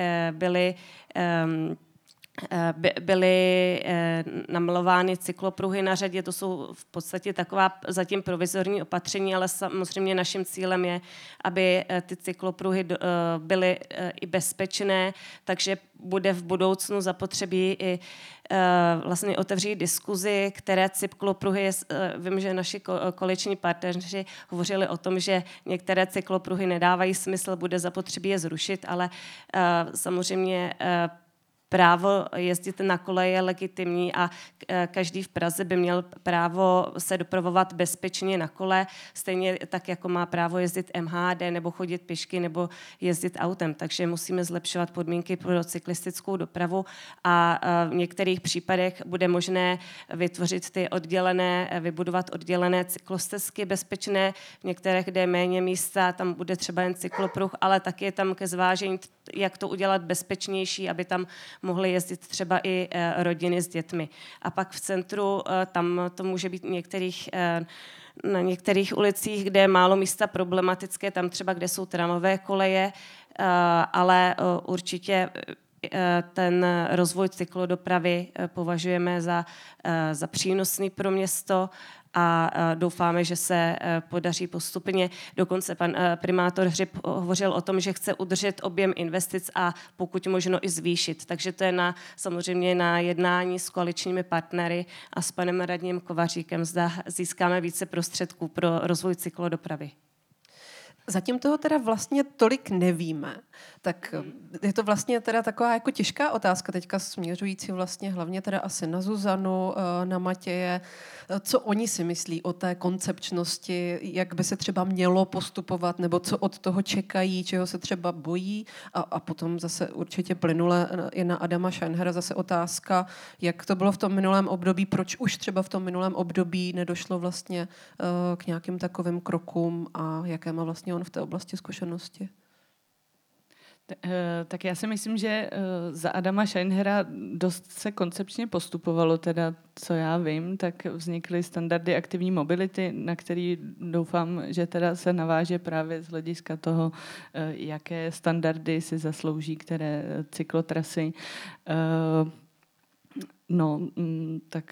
byly namalovány cyklopruhy na řadě, to jsou v podstatě taková zatím provizorní opatření, ale samozřejmě naším cílem je, aby ty cyklopruhy byly i bezpečné, takže bude v budoucnu zapotřebí i vlastně otevřít diskuzi, které cyklopruhy, vím, že naši koaliční partneři hovořili o tom, že některé cyklopruhy nedávají smysl, bude zapotřebí je zrušit, ale samozřejmě právo jezdit na kole je legitimní a každý v Praze by měl právo se dopravovat bezpečně na kole, stejně tak, jako má právo jezdit MHD nebo chodit pěšky nebo jezdit autem. Takže musíme zlepšovat podmínky pro cyklistickou dopravu a v některých případech bude možné vybudovat oddělené cyklostezky bezpečné, v některých, kde je méně místa, tam bude třeba jen cyklopruh, ale taky je tam ke zvážení, jak to udělat bezpečnější, aby tam mohly jezdit třeba i rodiny s dětmi. A pak v centru, tam to může být na některých ulicích, kde je málo místa problematické, tam třeba, kde jsou tramové koleje, ale určitě ten rozvoj cyklodopravy považujeme za přínosný pro město a doufáme, že se podaří postupně. Dokonce pan primátor Hřib hovořil o tom, že chce udržet objem investic a pokud možno i zvýšit. Takže to je samozřejmě na jednání s koaličními partnery a s panem radním Kovaříkem, zda získáme více prostředků pro rozvoj cyklodopravy. Zatím toho teda vlastně tolik nevíme. Tak je to vlastně teda taková jako těžká otázka teďka směřující vlastně hlavně teda asi na Zuzanu, na Matěje. Co oni si myslí o té koncepčnosti, jak by se třeba mělo postupovat, nebo co od toho čekají, čeho se třeba bojí. A potom zase určitě plynule je na Adama Scheinhera zase otázka, jak to bylo v tom minulém období, proč už třeba v tom minulém období nedošlo vlastně k nějakým takovým krokům a jaké má vlastně on v té oblasti zkušenosti. Tak já si myslím, že za Adama Scheinhera dost se koncepčně postupovalo, teda co já vím, tak vznikly standardy aktivní mobility, na který doufám, že teda se naváže právě z hlediska toho, jaké standardy si zaslouží které cyklotrasy. Tak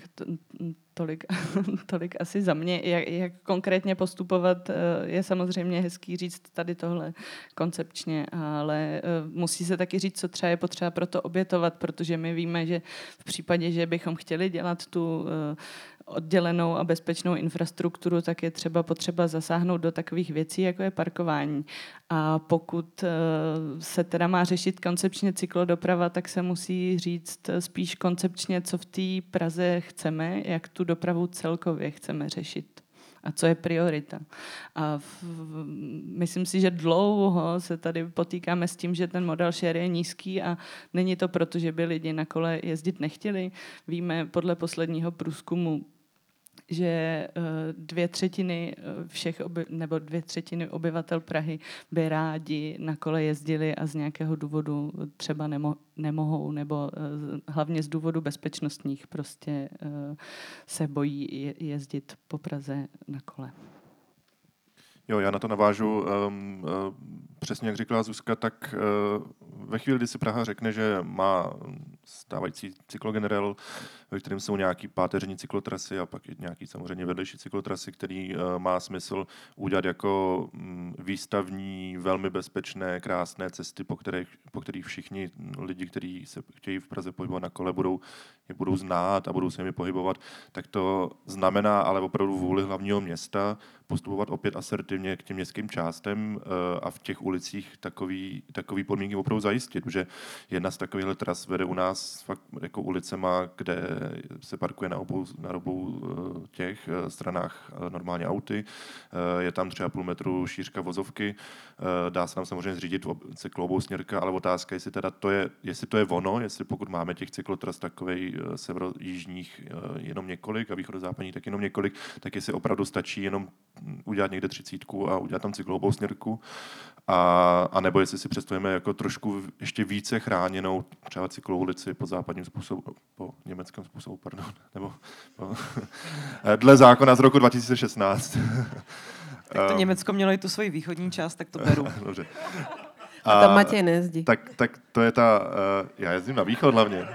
tolik asi za mě. Jak konkrétně postupovat, je samozřejmě hezký říct tady tohle koncepčně, ale musí se taky říct, co třeba je potřeba pro to obětovat, protože my víme, že v případě, že bychom chtěli dělat tu oddělenou a bezpečnou infrastrukturu, tak je potřeba zasáhnout do takových věcí, jako je parkování. A pokud se teda má řešit koncepčně cyklodoprava, tak se musí říct spíš koncepčně, co v té Praze chceme, jak tu dopravu celkově chceme řešit. A co je priorita. A myslím si, že dlouho se tady potýkáme s tím, že ten model share je nízký a není to proto, že by lidi na kole jezdit nechtěli. Víme podle posledního průzkumu, že 2/3 obyvatel Prahy by rádi na kole jezdili a z nějakého důvodu třeba nemohou, nebo hlavně z důvodu bezpečnostních prostě se bojí jezdit po Praze na kole. Jo, já na to navážu. Přesně jak říkala Zuzka, tak ve chvíli, kdy si Praha řekne, že má stávající cyklogenerál, ve kterém jsou nějaký páteřní cyklotrasy a pak i nějaký samozřejmě vedlejší cyklotrasy, který má smysl udělat jako výstavní, velmi bezpečné, krásné cesty, po kterých všichni lidi, kteří se chtějí v Praze pohybovat na kole, budou znát a budou se jimi pohybovat, tak to znamená ale opravdu vůli hlavního města postupovat opět asertivně k těm městským částem a v těch ulicích takový podmínky opravdu zajistit, protože jedna z takovýchhle tras vede u nás fakt jako ulicema, kde se parkuje na obou těch stranách normálně auty, je tam třeba 0,5 metru šířka vozovky, dá se tam samozřejmě zřídit cyklobousměrka, ale otázka, jestli to je ono, jestli pokud máme těch cyklotras takovej severojižních jenom několik a východozápadních tak jenom několik, tak jestli opravdu stačí jenom udělat někde 30 a udělat tam cyklobousměrku, a nebo jestli si představíme jako trošku ještě více chráněnou třeba cykloulici po západním způsobu, po německém způsobu, nebo dle zákona z roku 2016. Tak to Německo mělo i tu svoji východní část, tak to beru. Dobře. A tam Matěj nejezdí. Tak to je já jezdím na východ hlavně.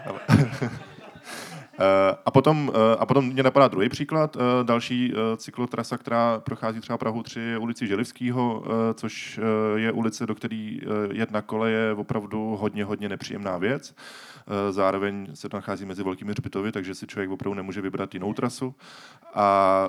A potom mě napadá druhý příklad. Další cyklotrasa, která prochází třeba Prahu 3, je ulici Želivského, což je ulice, do které jet na kole je opravdu hodně nepříjemná věc. Zároveň se to nachází mezi Velkými hřbitovy, takže si člověk opravdu nemůže vybrat jinou trasu. A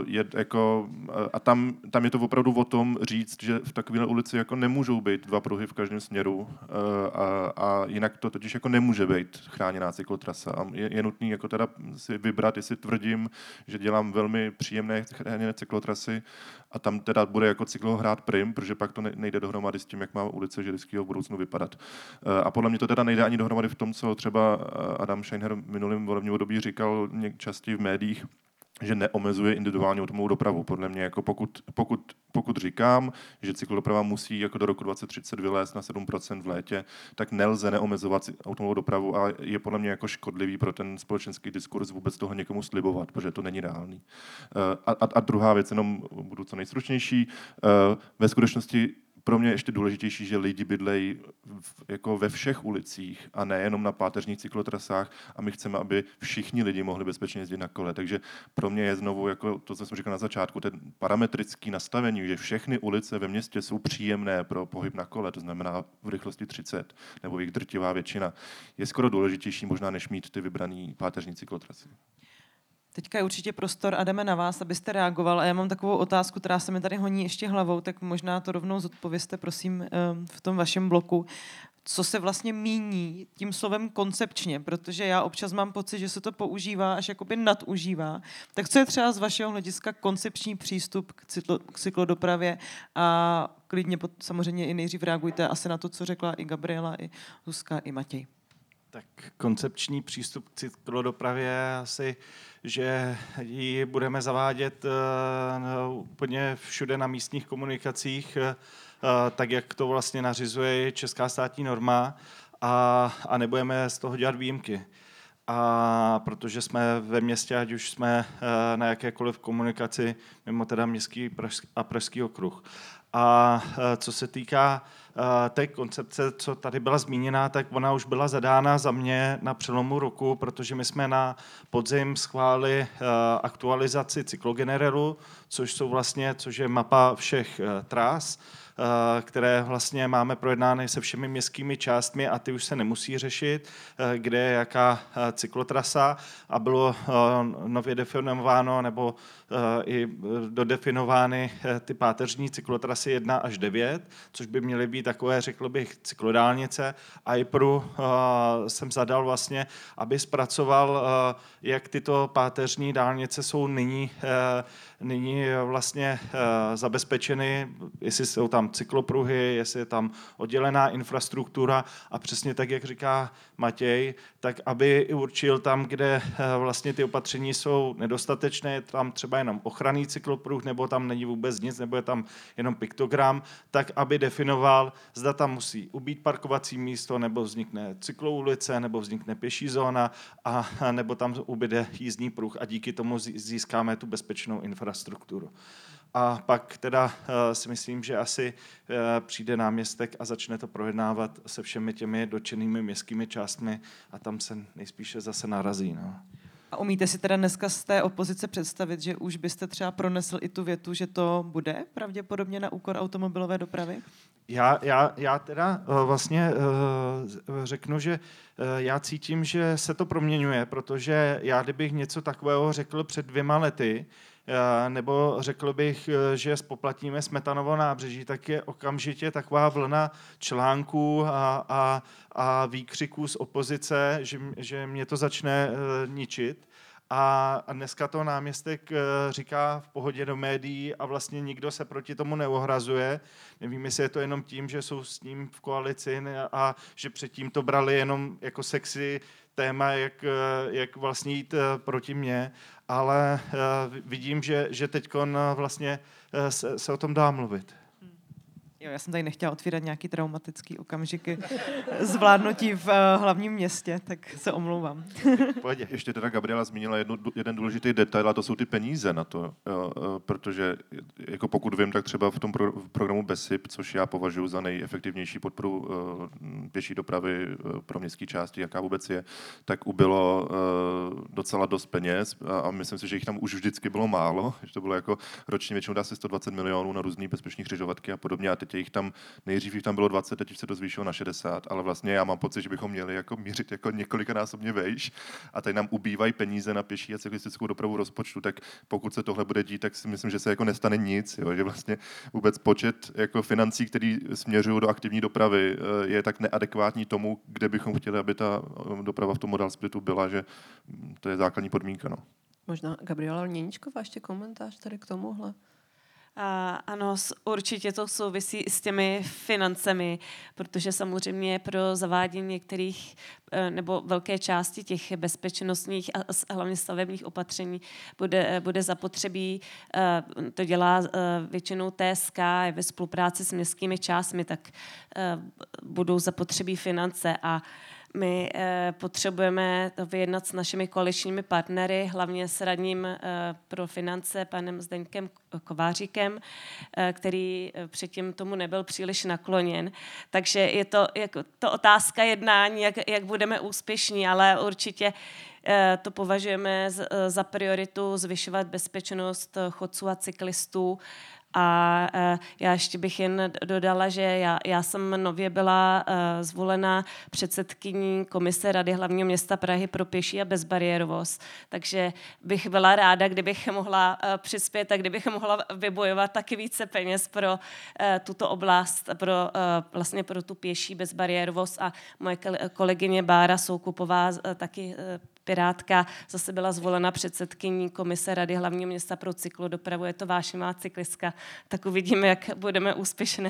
tam je to opravdu o tom říct, že v takové ulici jako nemůžou být 2 pruhy v každém směru a jinak to totiž jako nemůže být chráněná cyklotrasa. A je nutný jako teda si vybrat, jestli tvrdím, že dělám velmi příjemné chráněné cyklotrasy a tam teda bude jako cyklo hrát prim, protože pak to nejde dohromady s tím, jak má ulice Želivského v budoucnu vypadat. A podle mě to teda nejde ani dohromady v tom, co třeba Adam Scheinher v minulém volebním období říkal častěji v médiích, že neomezuje individuální automobilovou dopravu. Podle mě, jako pokud říkám, že cyklodoprava musí jako do roku 2030 vylézt na 7% v létě, tak nelze neomezovat automobilovou dopravu a je podle mě jako škodlivý pro ten společenský diskurs vůbec toho někomu slibovat, protože to není reálný. A druhá věc, jenom budu co nejstručnější, ve skutečnosti pro mě je ještě důležitější, že lidi bydlejí jako ve všech ulicích a nejenom na páteřních cyklotrasách a my chceme, aby všichni lidi mohli bezpečně jezdit na kole. Takže pro mě je znovu jako to, co jsem říkal na začátku, ten parametrický nastavení, že všechny ulice ve městě jsou příjemné pro pohyb na kole, to znamená v rychlosti 30 nebo jejich drtivá většina, je skoro důležitější možná, než mít ty vybrané páteřní cyklotrasy. Teďka je určitě prostor a jdeme na vás, abyste reagoval. A já mám takovou otázku, která se mi tady honí ještě hlavou, tak možná to rovnou zodpovězte, prosím, v tom vašem bloku. Co se vlastně míní tím slovem koncepčně, protože já občas mám pocit, že se to používá až jakoby nadužívá. Tak co je třeba z vašeho hlediska koncepční přístup k cyklodopravě a klidně samozřejmě i nejdřív reagujte asi na to, co řekla i Gabriela, i Zuzka, i Matěj. Tak koncepční přístup k cyklodopravě je asi, že ji budeme zavádět úplně všude na místních komunikacích, tak jak to vlastně nařizuje česká státní norma a nebudeme z toho dělat výjimky. A protože jsme ve městě, ať už jsme na jakékoliv komunikaci, mimo teda městský a pražský okruh. A co se týká té koncepce, co tady byla zmíněna, tak ona už byla zadána za mě na přelomu roku, protože my jsme na podzim schválili aktualizaci cyklogenerélu, což je mapa všech tras, které vlastně máme projednány se všemi městskými částmi a ty už se nemusí řešit, kde je jaká cyklotrasa a bylo nově definováno nebo i dodefinovány ty páteřní cyklotrasy 1 až 9, což by měly být takové, řekl bych, cyklodálnice. A IPRu jsem zadal vlastně, aby zpracoval, jak tyto páteřní dálnice jsou nyní vlastně zabezpečeny, jestli jsou tam cyklopruhy, jestli je tam oddělená infrastruktura a přesně tak, jak říká Matěj, tak aby i určil tam, kde vlastně ty opatření jsou nedostatečné, je tam třeba jenom ochranný cyklopruh, nebo tam není vůbec nic, nebo je tam jenom piktogram, tak aby definoval, zda tam musí ubýt parkovací místo, nebo vznikne cykloulice, nebo vznikne pěší zóna, a nebo tam ubyde jízdní pruh a díky tomu získáme tu bezpečnou infrastrukturu. A pak teda si myslím, že asi přijde náměstek a začne to projednávat se všemi těmi dotčenými městskými částmi a tam se nejspíše zase narazí. No. A umíte si teda dneska z té opozice představit, že už byste třeba pronesl i tu větu, že to bude pravděpodobně na úkor automobilové dopravy? Já teda vlastně řeknu, že já cítím, že se to proměňuje, protože já kdybych něco takového řekl před 2 lety, nebo řekl bych, že spoplatníme Smetanovo nábřeží, tak je okamžitě taková vlna článků a výkřiků z opozice, že mě to začne ničit. A dneska to náměstek říká v pohodě do médií a vlastně nikdo se proti tomu neohrazuje. Nevím, jestli je to jenom tím, že jsou s ním v koalici a že předtím to brali jenom jako sexy téma, jak vlastně jít proti mně, ale vidím, že teďkon vlastně se o tom dá mluvit. Jo, já jsem tady nechtěla otvírat nějaký traumatický okamžiky zvládnutí v hlavním městě, tak se omlouvám. Ještě teda Gabriela zmínila jeden důležitý detail, a to jsou ty peníze na to, protože jako pokud vím, tak třeba v tom programu BESIP, což já považuji za nejefektivnější podporu pěší dopravy pro městské části, jaká vůbec je, tak ubylo docela dost peněz a myslím si, že jich tam už vždycky bylo málo, že to bylo jako ročně většinou dá se 120 milionů na různý bezpečné křižovatky a podobně. A teď nejdřív jich tam bylo 20, teď už se to zvýšilo na 60, ale vlastně já mám pocit, že bychom měli jako mířit jako několikanásobně vejš a tady nám ubývají peníze na pěší a cyklistickou dopravu rozpočtu, tak pokud se tohle bude dít, tak si myslím, že se jako nestane nic, jo? Že vlastně vůbec počet jako financí, který směřují do aktivní dopravy, je tak neadekvátní tomu, kde bychom chtěli, aby ta doprava v tom modal splitu byla, že to je základní podmínka. No. Možná Gabriela Lněničková, ještě komentář tady k tomuhle. Ano, určitě to souvisí s těmi financemi, protože samozřejmě pro zavádění některých nebo velké části těch bezpečnostních a hlavně stavebních opatření bude zapotřebí, to dělá většinou TSK ve spolupráci s městskými částmi, tak budou zapotřebí finance a my potřebujeme to vyjednat s našimi koaličními partnery, hlavně s radním pro finance, panem Zdeňkem Kováříkem, který předtím tomu nebyl příliš nakloněn. Takže je to otázka jednání, jak budeme úspěšní, ale určitě to považujeme za prioritu zvyšovat bezpečnost chodců a cyklistů. A já ještě bych jen dodala, že já jsem nově byla zvolena předsedkyní Komise Rady hlavního města Prahy pro pěší a bezbariérovost. Takže bych byla ráda, kdybych mohla přispět a kdybych mohla vybojovat taky více peněz pro tuto oblast, vlastně pro tu pěší bezbariérovost. A moje kolegyně Bára Soukupová, taky Pirátka, zase byla zvolena předsedkyní Komise Rady hlavního města pro cyklodopravu. Je to vášnivá cyklistka. Tak uvidíme, jak budeme úspěšné.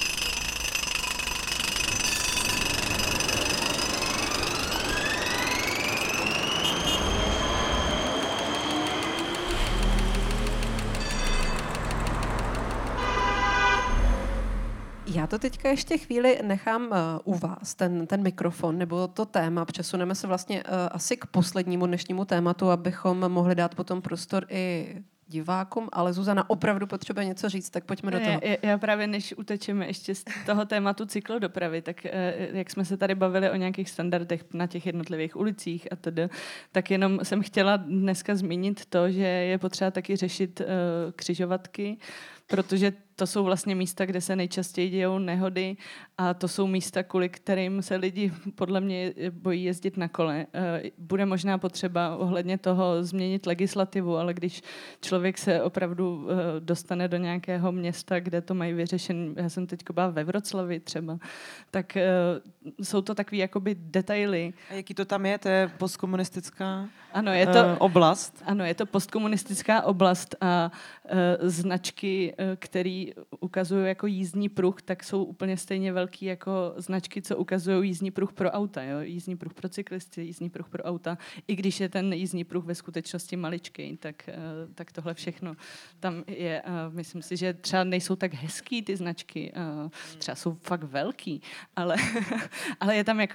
Já to teďka ještě chvíli nechám u vás, ten mikrofon nebo to téma. Přesuneme se vlastně asi k poslednímu dnešnímu tématu, abychom mohli dát potom prostor i divákům, ale Zuzana opravdu potřebuje něco říct, tak pojďme do toho. Já právě, než utečeme ještě z toho tématu cyklodopravy, tak jak jsme se tady bavili o nějakých standardech na těch jednotlivých ulicích a tedy, tak jenom jsem chtěla dneska zmínit to, že je potřeba taky řešit křižovatky, protože to jsou vlastně místa, kde se nejčastěji dějou nehody a to jsou místa, kvůli kterým se lidi podle mě bojí jezdit na kole. Bude možná potřeba ohledně toho změnit legislativu, ale když člověk se opravdu dostane do nějakého města, kde to mají vyřešen, já jsem teď byla ve Wroclawi třeba, tak jsou to takový jakoby detaily. A jaký to tam je? To je postkomunistická oblast? Ano, je to postkomunistická oblast a značky, které ukazují jako jízdní pruh, tak jsou úplně stejně velký jako značky, co ukazují jízdní pruh pro auta. Jo? Jízdní pruh pro cyklisty, jízdní pruh pro auta. I když je ten jízdní pruh ve skutečnosti maličký, tak tohle všechno tam je. Myslím si, že třeba nejsou tak hezký ty značky, třeba jsou fakt velký, ale je tam jako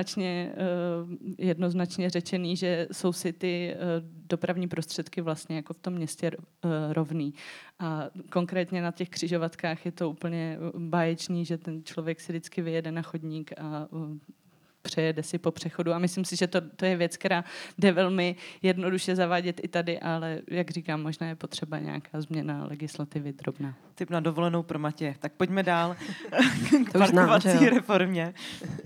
jednoznačně řečený, že jsou si ty dopravní prostředky vlastně jako v tom městě rovný. A konkrétně na těch křižovatkách je to úplně báječný, že ten člověk si vždycky vyjede na chodník a přejede si po přechodu. A myslím si, že to je věc, která jde velmi jednoduše zavádět i tady, ale jak říkám, možná je potřeba nějaká změna legislativy drobná. Typ na dovolenou pro Matěje. Tak pojďme dál k parkovací reformě.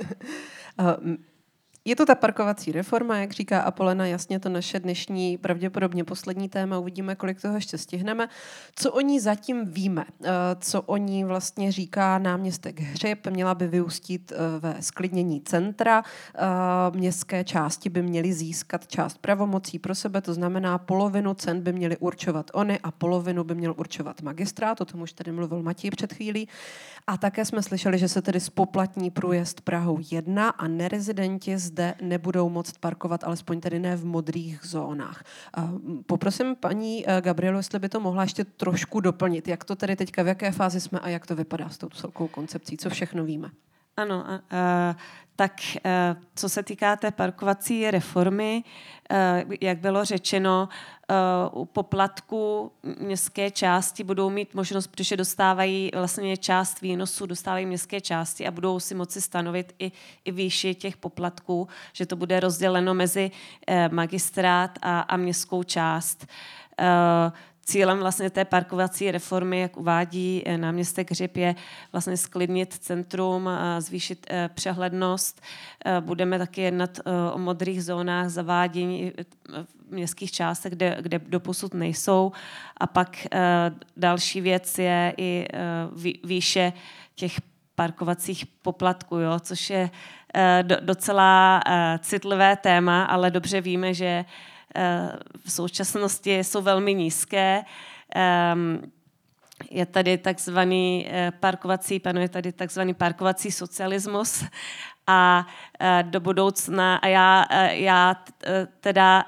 Je to ta parkovací reforma, jak říká Apolena, jasně to naše dnešní, pravděpodobně poslední téma, uvidíme, kolik toho ještě stihneme. Co o ní zatím víme? Co o ní vlastně říká náměstek Hřib? Měla by vyústit ve sklidnění centra. Městské části by měly získat část pravomocí pro sebe, to znamená polovinu cen by měly určovat oni a polovinu by měl určovat magistrát, o tom už tady mluvil Matěj před chvílí. A také jsme slyšeli, že se tedy spoplatní průjezd Prahou 1 a nerezidenti zde nebudou moct parkovat, alespoň tedy ne v modrých zónách. Poprosím paní Gabrielu, jestli by to mohla ještě trošku doplnit. Jak to tedy teďka, v jaké fázi jsme a jak to vypadá s tou celkou koncepcí? Co všechno víme? Ano, tak co se týká té parkovací reformy, jak bylo řečeno, u poplatku městské části budou mít možnost, protože dostávají vlastně část výnosu, dostávají městské části a budou si moci stanovit i výši těch poplatků, že to bude rozděleno mezi magistrát a městskou část. Cílem vlastně té parkovací reformy, jak uvádí náměstek Hřib, je vlastně sklidnit centrum, zvýšit přehlednost. Budeme taky jednat o modrých zónách, zavádění v městských částech, kde doposud nejsou. A pak další věc je i výše těch parkovacích poplatků, jo, což je docela citlivé téma, ale dobře víme, že v současnosti jsou velmi nízké. je tady panuje tady takzvaný parkovací socialismus a do budoucna a já teda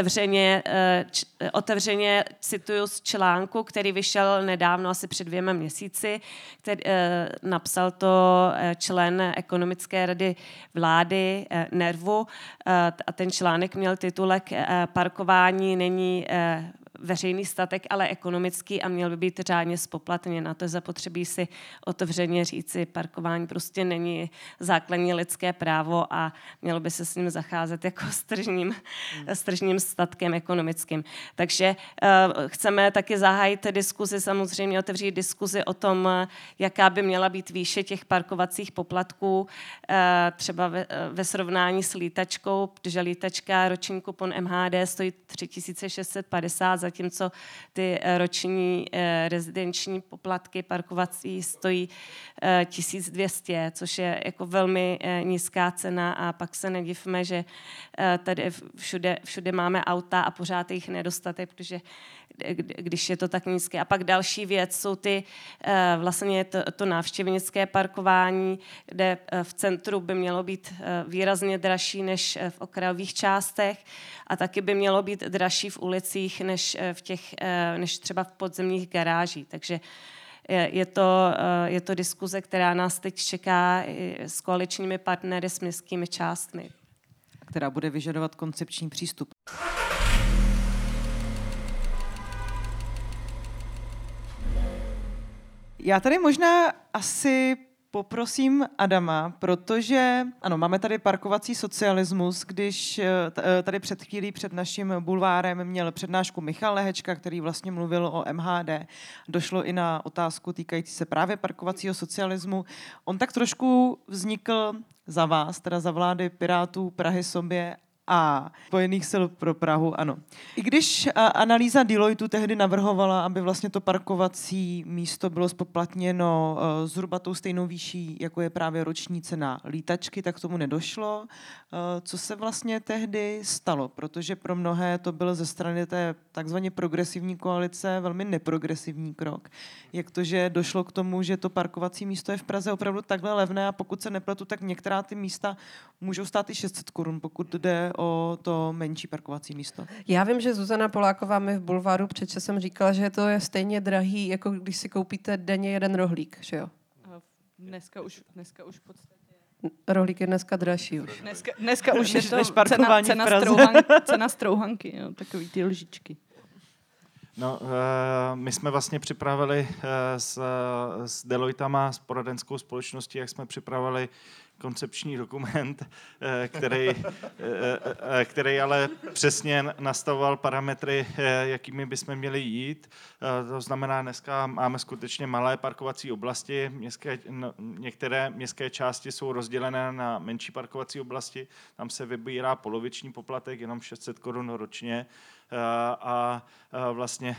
otevřeně cituju z článku, který vyšel nedávno, asi před 2 měsíci, napsal to člen ekonomické rady vlády NERVu a ten článek měl titulek Parkování není veřejný statek, ale ekonomický a měl by být řádně zpoplatněn. A to je zapotřebí si otevřeně říci, parkování prostě není základní lidské právo a mělo by se s ním zacházet jako s tržním statkem ekonomickým. Takže chceme taky zahájit diskuzi, samozřejmě otevřít diskuzi o tom, jaká by měla být výše těch parkovacích poplatků, třeba ve srovnání s lítačkou, protože lítačka roční kupon MHD stojí 3650, zatímco ty roční rezidenční poplatky parkovací stojí 1200, což je jako velmi nízká cena a pak se nedivme, že tady všude máme auta a pořád jich nedostatek, protože když je to tak nízké. A pak další věc jsou vlastně to návštěvnické parkování, kde v centru by mělo být výrazně dražší než v okrajových částech a taky by mělo být dražší v ulicích než třeba v podzemních garážích. Takže je to diskuze, která nás teď čeká s koaličními partnery, s městskými částmi. Která bude vyžadovat koncepční přístup. Já tady možná asi poprosím Adama, protože ano, máme tady parkovací socialismus, když tady před chvílí před naším bulvárem měl přednášku Michal Lehečka, který vlastně mluvil o MHD. Došlo i na otázku týkající se právě parkovacího socialismu. On tak trošku vznikl za vás, teda za vlády Pirátů, Prahy sobě a Spojených sil pro Prahu, ano. I když analýza Deloitu tehdy navrhovala, aby vlastně to parkovací místo bylo spoplatněno zhruba tou stejnou výší, jako je právě roční cena lítačky, tak tomu nedošlo. Co se vlastně tehdy stalo? Protože pro mnohé to byl ze strany té takzvaně progresivní koalice velmi neprogresivní krok. Jak to, že došlo k tomu, že to parkovací místo je v Praze opravdu takhle levné a pokud se nepletu, tak některá ty místa můžou stát i 600 korun, pokud jde o to menší parkovací místo. Já vím, že Zuzana Poláková mi v Bulváru před časem říkala, že to je stejně drahý, jako když si koupíte denně jeden rohlík, že jo? Dneska už v podstatě. Rohlík je dneska dražší už. Dneska už je to cena strouhanky, jo, takový ty lžičky. No, my jsme vlastně připravili s Deloitama, s poradenskou společností, jak jsme připravili koncepční dokument, který ale přesně nastavoval parametry, jakými bychom měli jít. To znamená, dneska máme skutečně malé parkovací oblasti. Některé městské části jsou rozdělené na menší parkovací oblasti. Tam se vybírá poloviční poplatek, jenom 600 korun ročně. A vlastně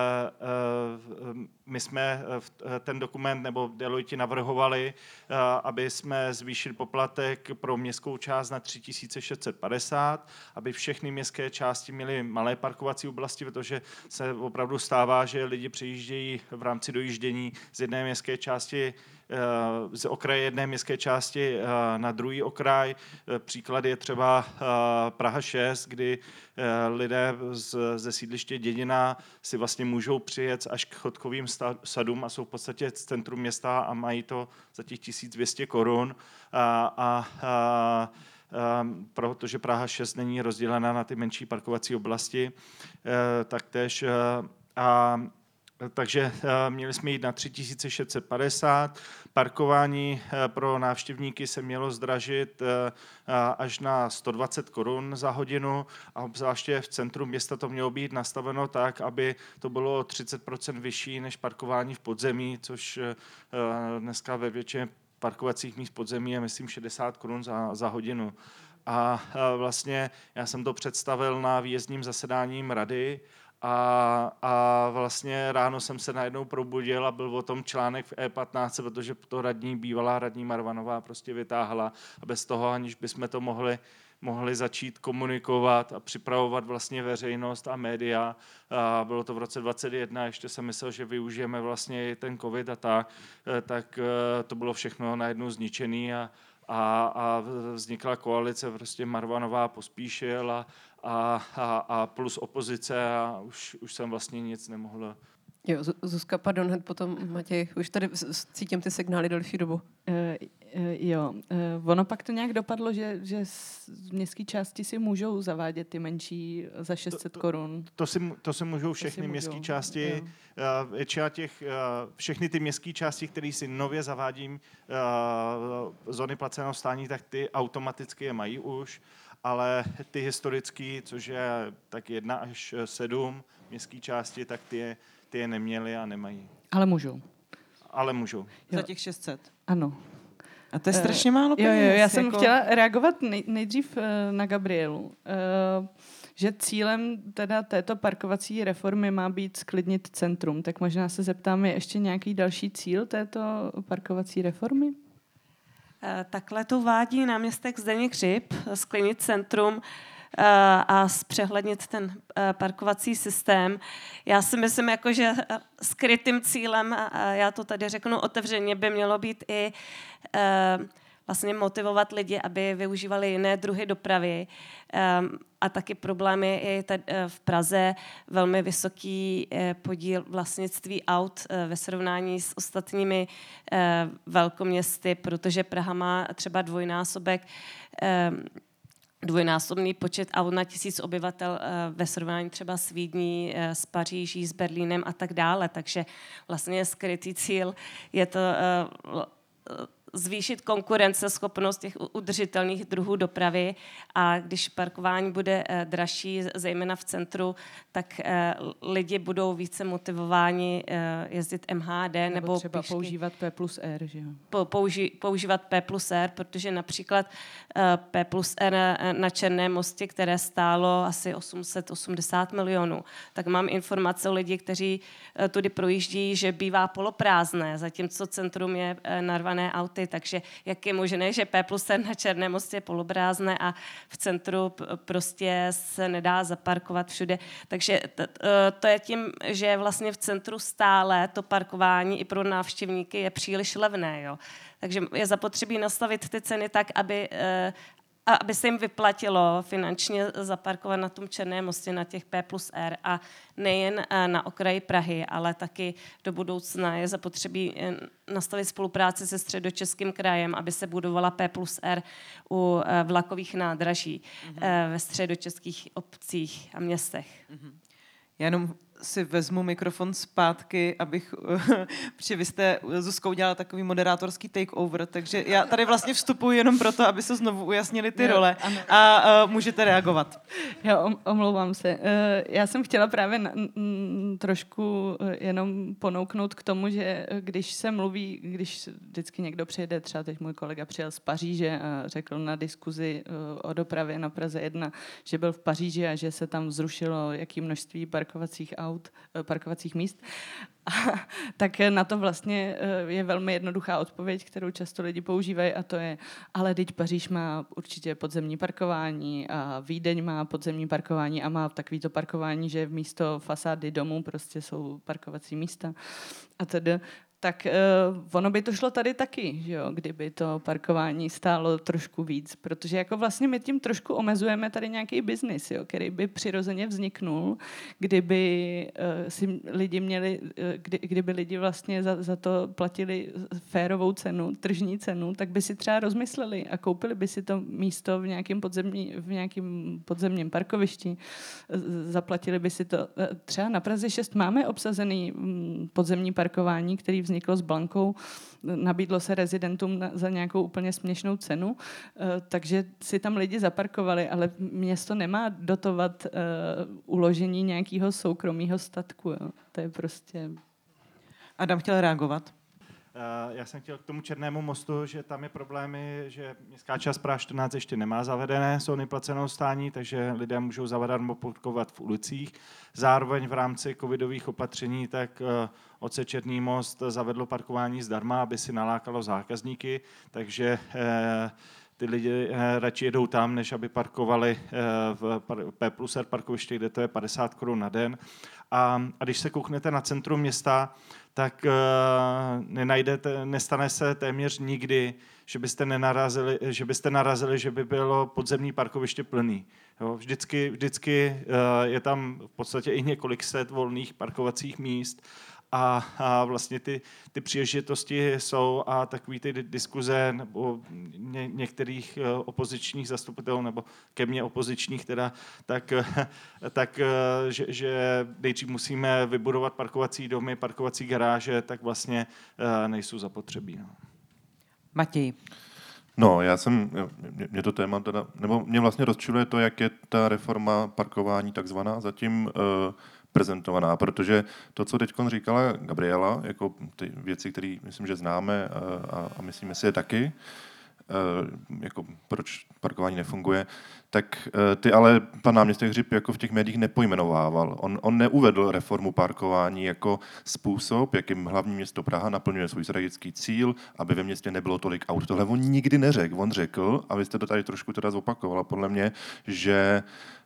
my jsme ten dokument nebo Deloitte navrhovali, aby jsme zvýšili poplatek pro městskou část na 3650, aby všechny městské části měly malé parkovací oblasti, protože se opravdu stává, že lidi přejíždějí v rámci dojíždění z jedné městské části z okraje jedné městské části na druhý okraj. Příklad je třeba Praha 6, kdy lidé ze sídliště Dědina si vlastně můžou přijet až k chodkovým sadům a jsou v podstatě z centru města a mají to za těch 1200 korun. Protože Praha 6 není rozdělena na ty menší parkovací oblasti, taktéž takže měli jsme jít na 3650. Parkování pro návštěvníky se mělo zdražit až na 120 korun za hodinu a obzvláště v centru města to mělo být nastaveno tak, aby to bylo 30% vyšší než parkování v podzemí, což dneska ve většině parkovacích míst podzemí je, myslím, 60 korun za hodinu. A vlastně já jsem to představil na výjezdním zasedáním rady a vlastně ráno jsem se najednou probudil a byl o tom článek v E15, protože to bývalá radní Marvanová prostě vytáhla a bez toho, aniž bychom to mohli mohli začít komunikovat a připravovat vlastně veřejnost a média. A bylo to v roce 2021, ještě jsem myslel, že využijeme vlastně i ten covid a tak to bylo všechno najednou zničený a vznikla koalice prostě Marvanová, Pospíšil a plus opozice a už jsem vlastně nic nemohl. Jo, Zuzka, pardon, hned potom Matěj, už tady cítím ty signály delší dobu. Ono pak to nějak dopadlo, že v městské části si můžou zavádět ty menší za 600 korun. To si můžou všechny městské části. Většina všechny ty městské části, které si nově zavádím zóny placeného stání, tak ty automaticky je mají už, ale ty historické, což je tak 1 až 7 městské části, tak ty je neměli a nemají. Ale můžou. Ale můžou. Za těch 600. Ano. A to je strašně málo peněz. Jo, já jsem chtěla reagovat nejdřív na Gabrielu, že cílem teda této parkovací reformy má být sklidnit centrum. Tak možná se zeptáme, ještě nějaký další cíl této parkovací reformy? Takhle to vádí náměstek Zdeněk Hřib, sklidnit centrum a zpřehlednit ten parkovací systém. Já si myslím, jako, že skrytým cílem, a já to tady řeknu otevřeně, by mělo být i vlastně motivovat lidi, aby využívali jiné druhy dopravy. A taky problémy i tady v Praze velmi vysoký podíl vlastnictví aut ve srovnání s ostatními velkoměsty, protože Praha má třeba dvojnásobný počet aut na 1000 obyvatel ve srovnání třeba s Vídní, s Paříží, s Berlínem a tak dále. Takže vlastně skrytý cíl je to zvýšit konkurenceschopnost těch udržitelných druhů dopravy a když parkování bude dražší, zejména v centru, tak lidi budou více motivováni jezdit MHD nebo třeba pěšky. používat P+R, že jo? Používat P+R, protože například P+R na Černém mostě, které stálo asi 880 milionů, tak mám informace o lidi, kteří tudy projíždí, že bývá poloprázdné, zatímco centrum je narvané auty, takže jak je možné, že P+R na Černém mostě je poloprázdné a v centru prostě se nedá zaparkovat všude. Takže to je tím, že vlastně v centru stále to parkování i pro návštěvníky je příliš levné. Jo. Takže je zapotřebí nastavit ty ceny tak, aby se jim vyplatilo finančně zaparkovat na tom Černém mostě, na těch P+R a nejen na okraji Prahy, ale taky do budoucna je zapotřebí nastavit spolupráci se Středočeským krajem, aby se budovala P+R u vlakových nádraží ve středočeských obcích a městech. Já jenom si vezmu mikrofon zpátky, protože vy jste, Zuzkou, dělala takový moderátorský takeover, takže já tady vlastně vstupuji jenom proto, aby se znovu ujasnily ty role a můžete reagovat. Jo, omlouvám se. Já jsem chtěla právě trošku jenom ponouknout k tomu, že když se mluví, když vždycky někdo přijede, třeba teď můj kolega přijel z Paříže a řekl na diskuzi o dopravě na Praze 1, že byl v Paříži a že se tam zrušilo jaký množství parkovacích míst. Tak na to vlastně je velmi jednoduchá odpověď, kterou často lidi používají a to je, ale teď Paříž má určitě podzemní parkování a Vídeň má podzemní parkování a má takovýto parkování, že místo fasády domů prostě jsou parkovací místa a tedy. Tak ono by to šlo tady taky, že jo, kdyby to parkování stálo trošku víc, protože jako vlastně my tím trošku omezujeme tady nějaký biznis, jo, který by přirozeně vzniknul, kdyby si lidi měli, kdyby lidi vlastně za to platili férovou cenu, tržní cenu, tak by si třeba rozmysleli a koupili by si to místo v nějakém podzemním parkovišti, zaplatili by si to. Třeba na Praze 6 máme obsazený podzemní parkování, který vzniklo s Blankou, nabídlo se rezidentům za nějakou úplně směšnou cenu, takže si tam lidi zaparkovali, ale město nemá dotovat uložení nějakého soukromého statku. Jo. To je prostě... Adam chtěl reagovat. Já jsem chtěl k tomu Černému mostu, že tam je problémy, že městská část Praha 14 ještě nemá zavedené zóny placeného stání, takže lidé můžou zavadat nebo parkovat v ulicích. Zároveň v rámci covidových opatření tak OC Černý most zavedlo parkování zdarma, aby si nalákalo zákazníky, takže ty lidi radši jedou tam, než aby parkovali v P+R parkovišti, kde to je 50 Kč na den. A když se kouknete na centrum města, tak nestane se téměř nikdy, že byste narazili, že by bylo podzemní parkoviště plný. Jo, vždycky je tam v podstatě i několik set volných parkovacích míst a vlastně ty příležitosti jsou a takový ty diskuze nebo některých opozičních zastupitelů nebo ke mně opozičních teda, že nejdřív musíme vybudovat parkovací domy, parkovací garáže, tak vlastně nejsou zapotřebí. No. Matěj. No, mě to téma teda, nebo mě vlastně rozčiluje to, jak je ta reforma parkování takzvaná zatím prezentovaná, protože to, co teď říkala Gabriela, jako ty věci, které myslím, že známe a myslíme si je taky, jako proč parkování nefunguje, tak ty ale pan náměstek Hřib jako v těch médiích nepojmenovával. On neuvedl reformu parkování jako způsob, jakým hlavní město Praha naplňuje svůj strategický cíl, aby ve městě nebylo tolik aut. Tohle on nikdy neřekl. On řekl, a vy jste to tady trošku teda zopakovala, podle mě, že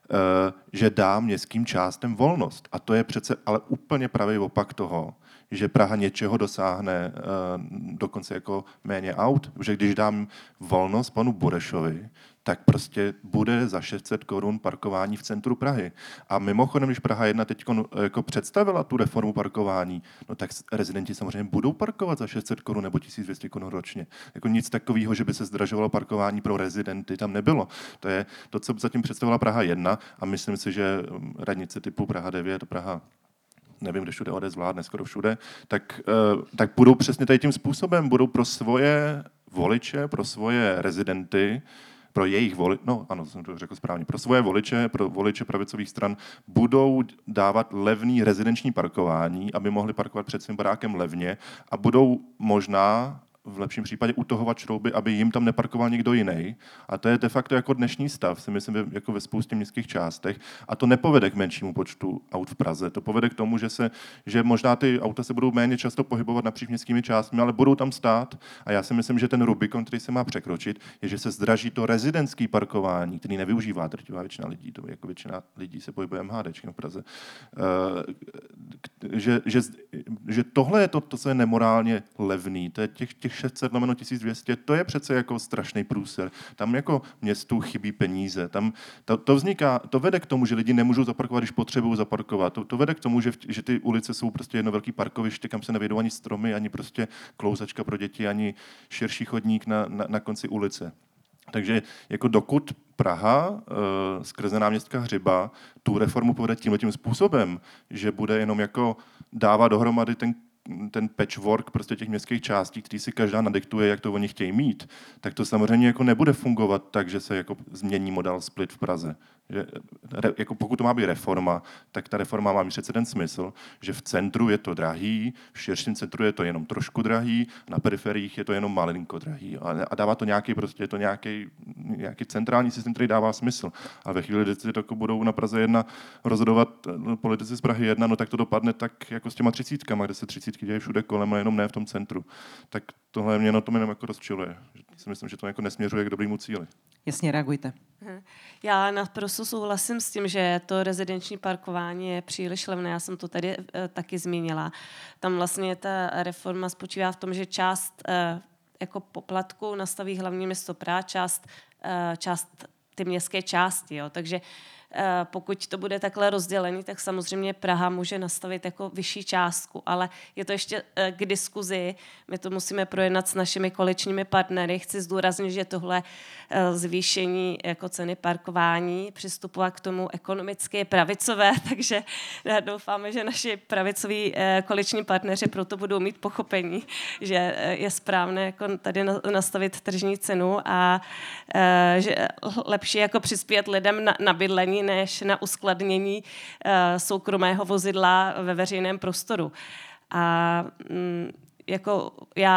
dá městským částem volnost. A to je přece ale úplně pravý opak toho, že Praha něčeho dosáhne dokonce jako méně aut, že když dám volnost panu Burešovi, tak prostě bude za 600 Kč parkování v centru Prahy. A mimochodem, když Praha 1 teď jako představila tu reformu parkování, no tak rezidenti samozřejmě budou parkovat za 600 Kč nebo 1200 Kč ročně. Jako nic takového, že by se zdražovalo parkování pro rezidenty, tam nebylo. To je to, co zatím představila Praha 1 a myslím si, že radnice typu Praha 9, Praha nevím, kde všude ODS vládne, skoro všude, tak budou přesně tady tím způsobem, budou pro svoje voliče, pro svoje rezidenty, pro jejich voliče, no ano, jsem to řekl správně, pro svoje voliče, pro voliče pravicových stran budou dávat levný rezidenční parkování, aby mohli parkovat před svým barákem levně a budou možná v lepším případě utahovat šrouby, aby jim tam neparkoval někdo jiný. A to je de facto jako dnešní stav, si myslím, jako ve spoustě městských částech. A to nepovede k menšímu počtu aut v Praze. To povede k tomu, že možná ty auta se budou méně často pohybovat napříč městskými částmi, ale budou tam stát. A já si myslím, že ten Rubikon, který se má překročit, je, že se zdraží to rezidentské parkování, který nevyužívá drtivá většina lidí. To jako většina lidí se pohybuje MHDčky v Praze. Že tohle je to, co je nemorálně levný. To je těch 600/1200, to je přece jako strašný průser. Tam jako městu chybí peníze. Tam to vzniká, to vede k tomu, že lidi nemůžou zaparkovat, když potřebují zaparkovat. To vede k tomu, že ty ulice jsou prostě jedno velký parkoviště, kam se nevejdou ani stromy, ani prostě klouzačka pro děti, ani širší chodník na konci ulice. Takže jako dokud Praha skrze náměstka Hřiba tu reformu povede tímhletím způsobem, že bude jenom jako dávat dohromady ten patchwork prostě těch městských částí, který si každá nadiktuje, jak to oni chtějí mít, tak to samozřejmě jako nebude fungovat tak, že se jako změní model split v Praze. Že, jako pokud to má být reforma, tak ta reforma má přece ten smysl, že v centru je to drahý, v širším centru je to jenom trošku drahý, na periferiích je to jenom malinko drahý. A dává to nějaký centrální systém, který dává smysl. A ve chvíli, kdy si to budou na Praze 1 rozhodovat politici z Prahy 1, no tak to dopadne tak jako s těma 30, kde se 30 dějí všude kolem, ale jenom ne v tom centru. Tak tohle mě na tom jenom jako rozčiluje. Si myslím, že to jako nesměřuje k dobrému cíli. Jasně, reagujte. Já naprosto souhlasím s tím, že to rezidenční parkování je příliš levné. Já jsem to tady taky zmínila. Tam vlastně ta reforma spočívá v tom, že část jako poplatku nastaví hlavní město Praha, část ty městské části. Jo. Takže pokud to bude takhle rozdělený, tak samozřejmě Praha může nastavit jako vyšší částku, ale je to ještě k diskuzi. My to musíme projednat s našimi koaličními partnery. Chci zdůraznit, že tohle zvýšení jako ceny parkování přistupovat k tomu ekonomicky pravicové, takže doufáme, že naši pravicoví koaliční partneři proto budou mít pochopení, že je správné jako tady nastavit tržní cenu a že lepší jako přispět lidem na bydlení, než na uskladnění soukromého vozidla ve veřejném prostoru. A jako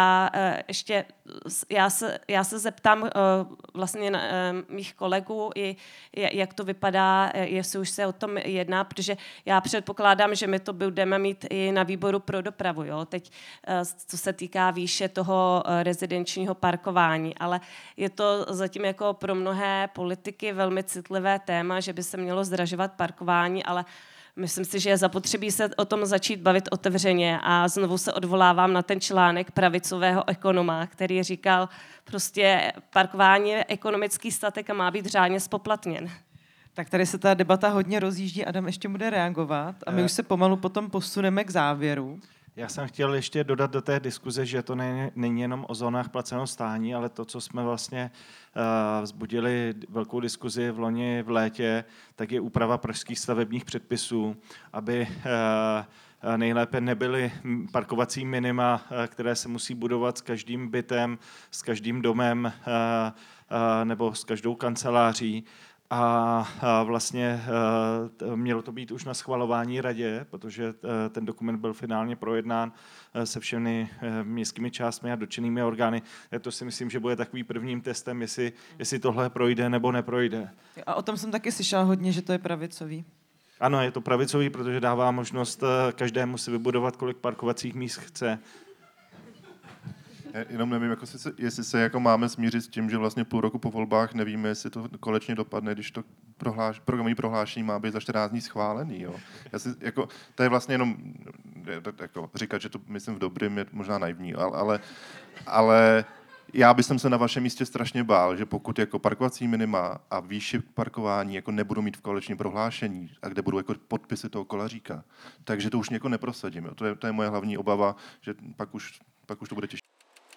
já se zeptám vlastně mých kolegů, i jak to vypadá, jestli už se o tom jedná, protože já předpokládám, že my to budeme mít i na výboru pro dopravu. Jo? Teď, co se týká výše toho rezidenčního parkování, ale je to zatím jako pro mnohé politiky velmi citlivé téma, že by se mělo zdražovat parkování, ale myslím si, že je zapotřebí se o tom začít bavit otevřeně a znovu se odvolávám na ten článek pravicového ekonoma, který říkal, prostě parkování je ekonomický statek a má být řádně spoplatněn. Tak tady se ta debata hodně rozjíždí, Adam ještě bude reagovat a my už se pomalu potom posuneme k závěru. Já jsem chtěl ještě dodat do té diskuze, že to není jenom o zónách placeného stání, ale to, co jsme vlastně vzbudili velkou diskuzi v loni v létě, tak je úprava pražských stavebních předpisů, aby nejlépe nebyly parkovací minima, které se musí budovat s každým bytem, s každým domem nebo s každou kanceláří. A vlastně mělo to být už na schvalování radě, protože ten dokument byl finálně projednán se všemi městskými částmi a dotčenými orgány. To si myslím, že bude takový prvním testem, jestli tohle projde nebo neprojde. A o tom jsem taky slyšela hodně, že to je pravicový. Ano, je to pravicový, protože dává možnost každému si vybudovat, kolik parkovacích míst chce. Já jenom nevím, jestli se jako máme smířit s tím, že vlastně půl roku po volbách nevíme, jestli to konečně dopadne, když to programové prohlášení má být za 14 dní schválený. Jo. To je vlastně jenom jako, říkat, že to myslím v dobrým je možná naivní, ale já bych se na vašem místě strašně bál, že pokud jako parkovací minima a výši parkování jako nebudou mít v koaličním prohlášení a kde budou jako podpisy toho Kolaříka, takže to už jako neprosadím. Jo. To je moje hlavní obava, že pak už to bude těžké.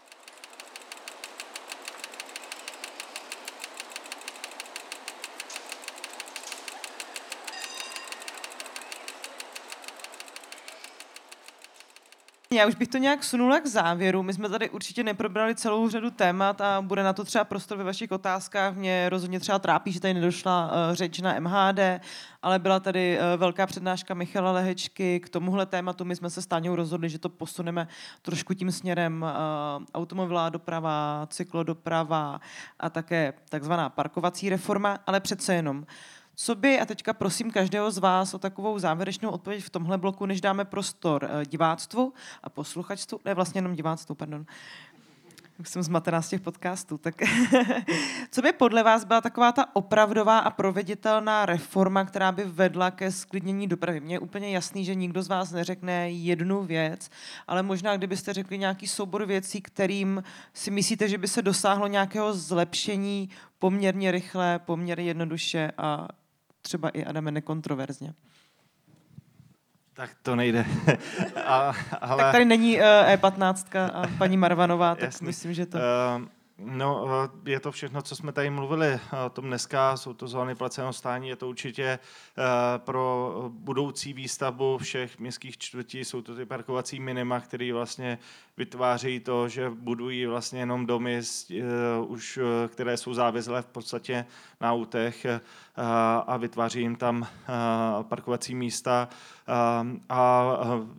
Já už bych to nějak sunula k závěru. My jsme tady určitě neprobrali celou řadu témat a bude na to třeba prostor ve vašich otázkách. Mě rozhodně třeba trápí, že tady nedošla řeč na MHD, ale byla tady velká přednáška Michala Lehečky k tomuhle tématu. My jsme se s Táňou rozhodli, že to posuneme trošku tím směrem automobilová doprava, cyklodoprava a také takzvaná parkovací reforma, ale přece jenom. Co by, a teďka prosím každého z vás o takovou závěrečnou odpověď v tomhle bloku, než dáme prostor diváctvu a posluchačstvu, ne vlastně jenom diváctvu, pardon. Už jsem zmatená z těch podcastů. Tak co by podle vás byla taková ta opravdová a proveditelná reforma, která by vedla ke zklidnění dopravy? Mně je úplně jasný, že nikdo z vás neřekne jednu věc, ale možná kdybyste řekli nějaký soubor věcí, kterým si myslíte, že by se dosáhlo nějakého zlepšení poměrně rychle, poměrně jednoduše a třeba i, Adame, nekontroverzně. Tak to nejde. Ale... Tak tady není E15 a paní Marvanová, tak jasný. Myslím, že to... No, je to všechno, co jsme tady mluvili o tom dneska, jsou to zóny placeného stání, je to určitě pro budoucí výstavbu všech městských čtvrtí, jsou to ty parkovací minima, které vlastně vytvářejí to, že budují vlastně jenom domy, už, které jsou závislé v podstatě na autech a vytváří jim tam parkovací místa. A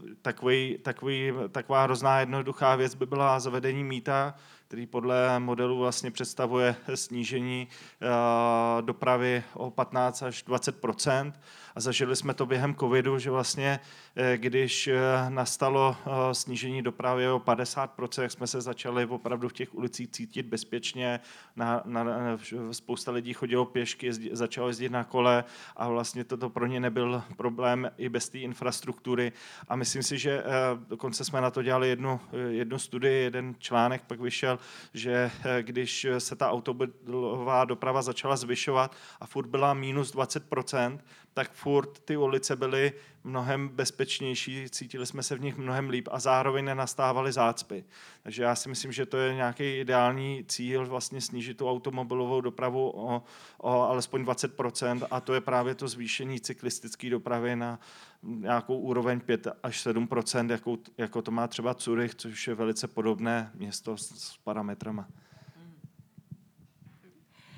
taková hrozná jednoduchá věc by byla zavedení mýta, který podle modelu vlastně představuje snížení dopravy o 15 až 20%. A zažili jsme to během covidu, že vlastně, když nastalo snížení dopravy o 50%, jak jsme se začali opravdu v těch ulicích cítit bezpečně, spousta lidí chodilo pěšky, začalo jezdit na kole a vlastně toto pro ně nebyl problém i bez té infrastruktury. A myslím si, že dokonce jsme na to dělali jednu studii, jeden článek pak vyšel, že když se ta automobilová doprava začala zvyšovat a furt byla minus 20%, tak furt ty ulice byly mnohem bezpečnější, cítili jsme se v nich mnohem líp a zároveň nenastávaly zácpy. Takže já si myslím, že to je nějaký ideální cíl vlastně snížit tu automobilovou dopravu o alespoň 20% a to je právě to zvýšení cyklistické dopravy na nějakou úroveň 5 až 7%, jako to má třeba Zurich, což je velice podobné město s parametrama.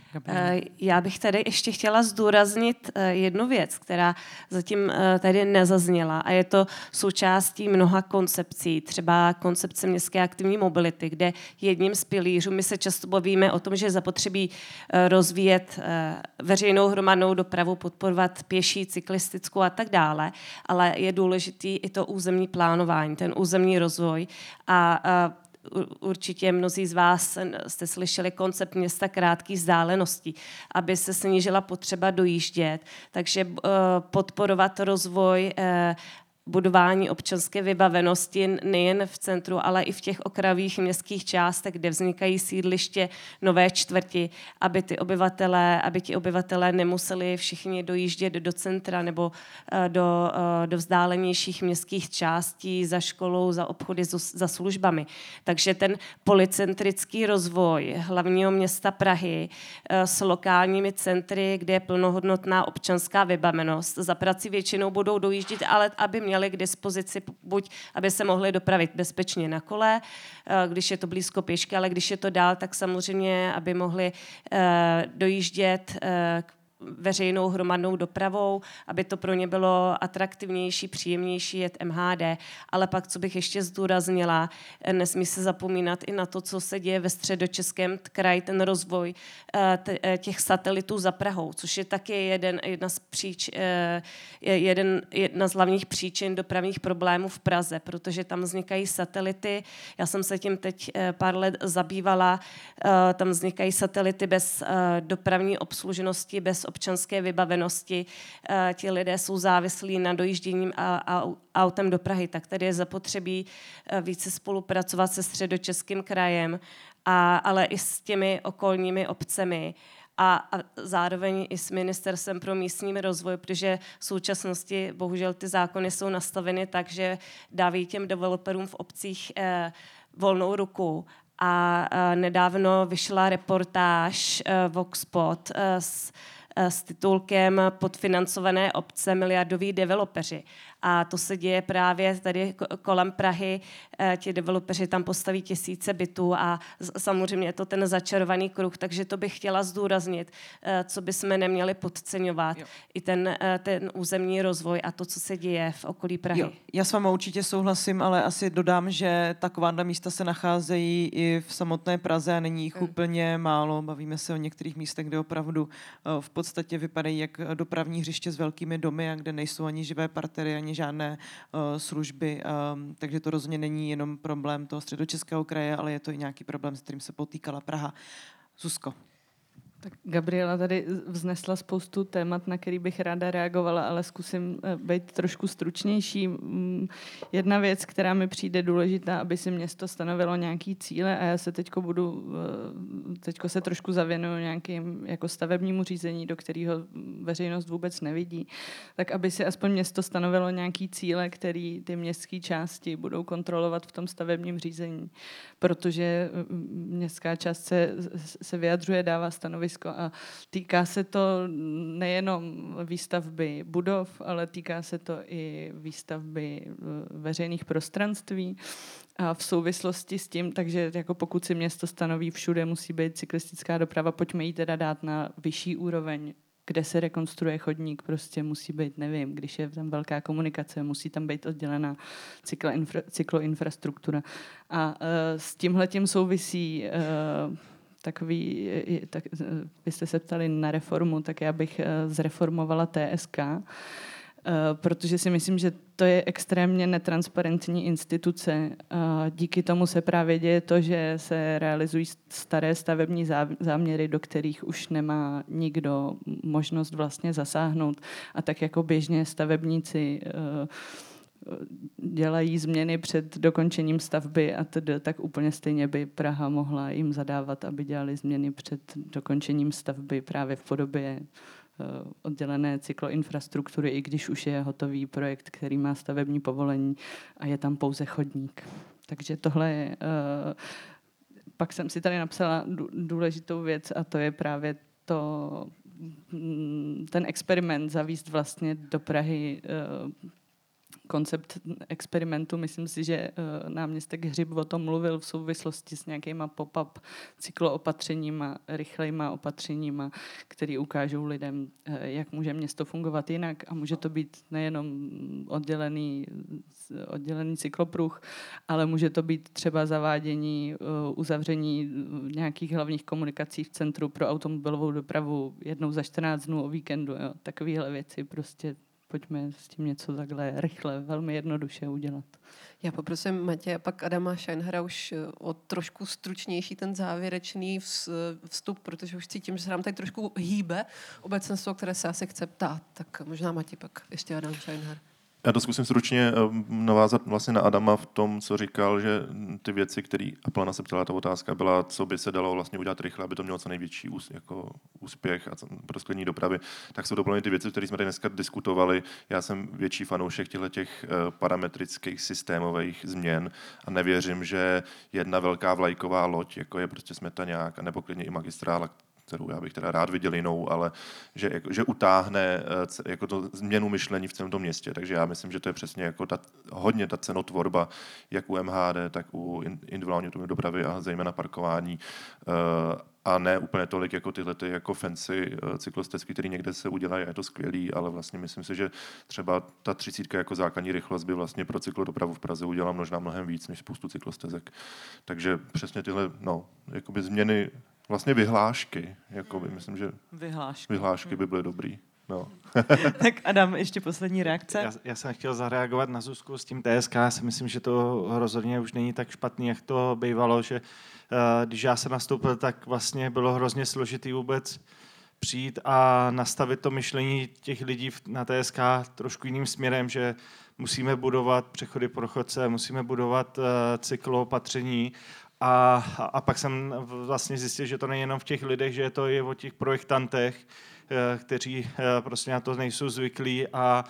Já bych tady ještě chtěla zdůraznit jednu věc, která zatím tady nezazněla a je to součástí mnoha koncepcí, třeba koncepce městské aktivní mobility, kde jedním z pilířů, my se často bavíme o tom, že zapotřebí rozvíjet veřejnou hromadnou dopravu, podporovat pěší, cyklistickou a tak dále, ale je důležitý i to územní plánování, ten územní rozvoj a určitě mnozí z vás jste slyšeli koncept města krátkých vzdáleností, aby se snížila potřeba dojíždět, takže podporovat rozvoj budování občanské vybavenosti nejen v centru, ale i v těch okrajových městských částech, kde vznikají sídliště, nové čtvrti, aby ti obyvatelé nemuseli všichni dojíždět do centra nebo do vzdálenějších městských částí za školou, za obchody, za službami. Takže ten polycentrický rozvoj hlavního města Prahy s lokálními centry, kde je plnohodnotná občanská vybavenost. Za prací většinou budou dojíždět, ale aby měli k dispozici buď, aby se mohli dopravit bezpečně na kole, když je to blízko pěšky, ale když je to dál, tak samozřejmě, aby mohli dojíždět veřejnou hromadnou dopravou, aby to pro ně bylo atraktivnější, příjemnější jet MHD. Ale pak, co bych ještě zdůraznila, nesmí se zapomínat i na to, co se děje ve Středočeském kraji, ten rozvoj těch satelitů za Prahou, což je taky jedna z hlavních příčin dopravních problémů v Praze, protože tam vznikají satelity. Já jsem se tím teď pár let zabývala. Tam vznikají satelity bez dopravní obslužnosti, bez občanské vybavenosti. Ti lidé jsou závislí na dojížděním autem do Prahy, tak tady je zapotřebí více spolupracovat se Středočeským krajem, ale i s těmi okolními obcemi a zároveň i s Ministerstvem pro místní rozvoj, protože v současnosti bohužel ty zákony jsou nastaveny tak, že dávají těm developerům v obcích volnou ruku. A nedávno vyšla reportáž Voxpot s titulkem Podfinancované obce, miliardoví developeři. A to se děje právě tady kolem Prahy. Ti developeři tam postaví tisíce bytů a samozřejmě je to ten začarovaný kruh, takže to bych chtěla zdůraznit, co bychom neměli podceňovat. Jo. I ten územní rozvoj a to, co se děje v okolí Prahy. Jo. Já s vámi určitě souhlasím, ale asi dodám, že takováhle místa se nacházejí i v samotné Praze a není jich úplně málo. Bavíme se o některých místech, kde opravdu v podstatě vypadají jak dopravní hřiště s velkými domy a kde nejsou ani živé partery, ani žádné služby, takže to rozhodně není jenom problém toho Středočeského kraje, ale je to i nějaký problém, s kterým se potýkala Praha. Zuzko. Tak Gabriela tady vznesla spoustu témat, na který bych ráda reagovala, ale zkusím být trošku stručnější. Jedna věc, která mi přijde důležitá, aby si město stanovilo nějaký cíle a já se teďko se trošku zavěnuju nějakým jako stavebnímu řízení, do kterého veřejnost vůbec nevidí, tak aby si aspoň město stanovilo nějaký cíle, který ty městské části budou kontrolovat v tom stavebním řízení, protože městská část se vyjadřuje, dává stanovisko a týká se to nejenom výstavby budov, ale týká se to i výstavby veřejných prostranství a v souvislosti s tím, takže jako pokud si město stanoví všude musí být cyklistická doprava, pojďme ji teda dát na vyšší úroveň, kde se rekonstruuje chodník, prostě musí být, nevím, když je tam velká komunikace, musí tam být oddělená cykloinfrastruktura. A s tímhletím souvisí vy jste se ptali na reformu, tak já bych zreformovala TSK, protože si myslím, že to je extrémně netransparentní instituce. Díky tomu se právě děje to, že se realizují staré stavební záměry, do kterých už nemá nikdo možnost vlastně zasáhnout. A tak jako běžně stavebníci dělají změny před dokončením stavby a tak úplně stejně by Praha mohla jim zadávat, aby dělali změny před dokončením stavby právě v podobě oddělené cykloinfrastruktury, i když už je hotový projekt, který má stavební povolení a je tam pouze chodník. Takže tohle je... Pak jsem si tady napsala důležitou věc a to je právě ten experiment zavíst vlastně do Prahy koncept experimentu. Myslím si, že náměstek Hřib o tom mluvil v souvislosti s nějakýma pop-up cykloopatřeníma, rychlejma opatřeníma, které ukážou lidem, jak může město fungovat jinak a může to být nejenom oddělený cyklopruh, ale může to být třeba zavádění, uzavření nějakých hlavních komunikací v centru pro automobilovou dopravu jednou za 14 dnů o víkendu. Jo. Takovéhle věci prostě pojďme s tím něco takhle rychle, velmi jednoduše udělat. Já poprosím Matěje a pak Adama Scheinhera už o trošku stručnější ten závěrečný vstup, protože už cítím, že se nám tady trošku hýbe obecenstvo, které se asi chce ptát. Tak možná Matěj, pak ještě Adam Scheinher. Já to zkusím stručně navázat vlastně na Adama v tom, co říkal, že ty věci, které a Plana se ptala, ta otázka byla, co by se dalo vlastně udělat rychle, aby to mělo co největší úspěch a pro skladní dopravy, tak jsou to plně ty věci, které jsme tady dneska diskutovali. Já jsem větší fanoušek těch parametrických systémových změn a nevěřím, že jedna velká vlajková loď, jako je prostě Smetaňák, nebo klidně i magistrála, kterou já bych teda rád viděl jinou, ale že utáhne jako to změnu myšlení v celém tom městě. Takže já myslím, že to je přesně jako hodně ta cenotvorba, jak u MHD, tak u individuální automobilové dopravy a zejména parkování. A ne úplně tolik jako tyhle jako fancy cyklostezky, které někde se udělají a je to skvělý, ale vlastně myslím si, že třeba ta 30 jako základní rychlost by vlastně pro cyklodopravu v Praze udělala možná mnohem víc než spoustu cyklostezek. Takže přesně tyhle jakoby změny, vlastně vyhlášky, jakoby, myslím, že vyhlášky by byly dobrý. No. Tak Adam, ještě poslední reakce. Já jsem chtěl zareagovat na Zuzku s tím TSK. Já si myslím, že to rozhodně už není tak špatný, jak to bývalo, že když já jsem nastoupil, tak vlastně bylo hrozně složitý vůbec přijít a nastavit to myšlení těch lidí na TSK trošku jiným směrem, že musíme budovat přechody pro chodce, musíme budovat cykloopatření. A pak jsem vlastně zjistil, že to není jenom v těch lidech, že je to i o těch projektantech, kteří prostě na to nejsou zvyklí a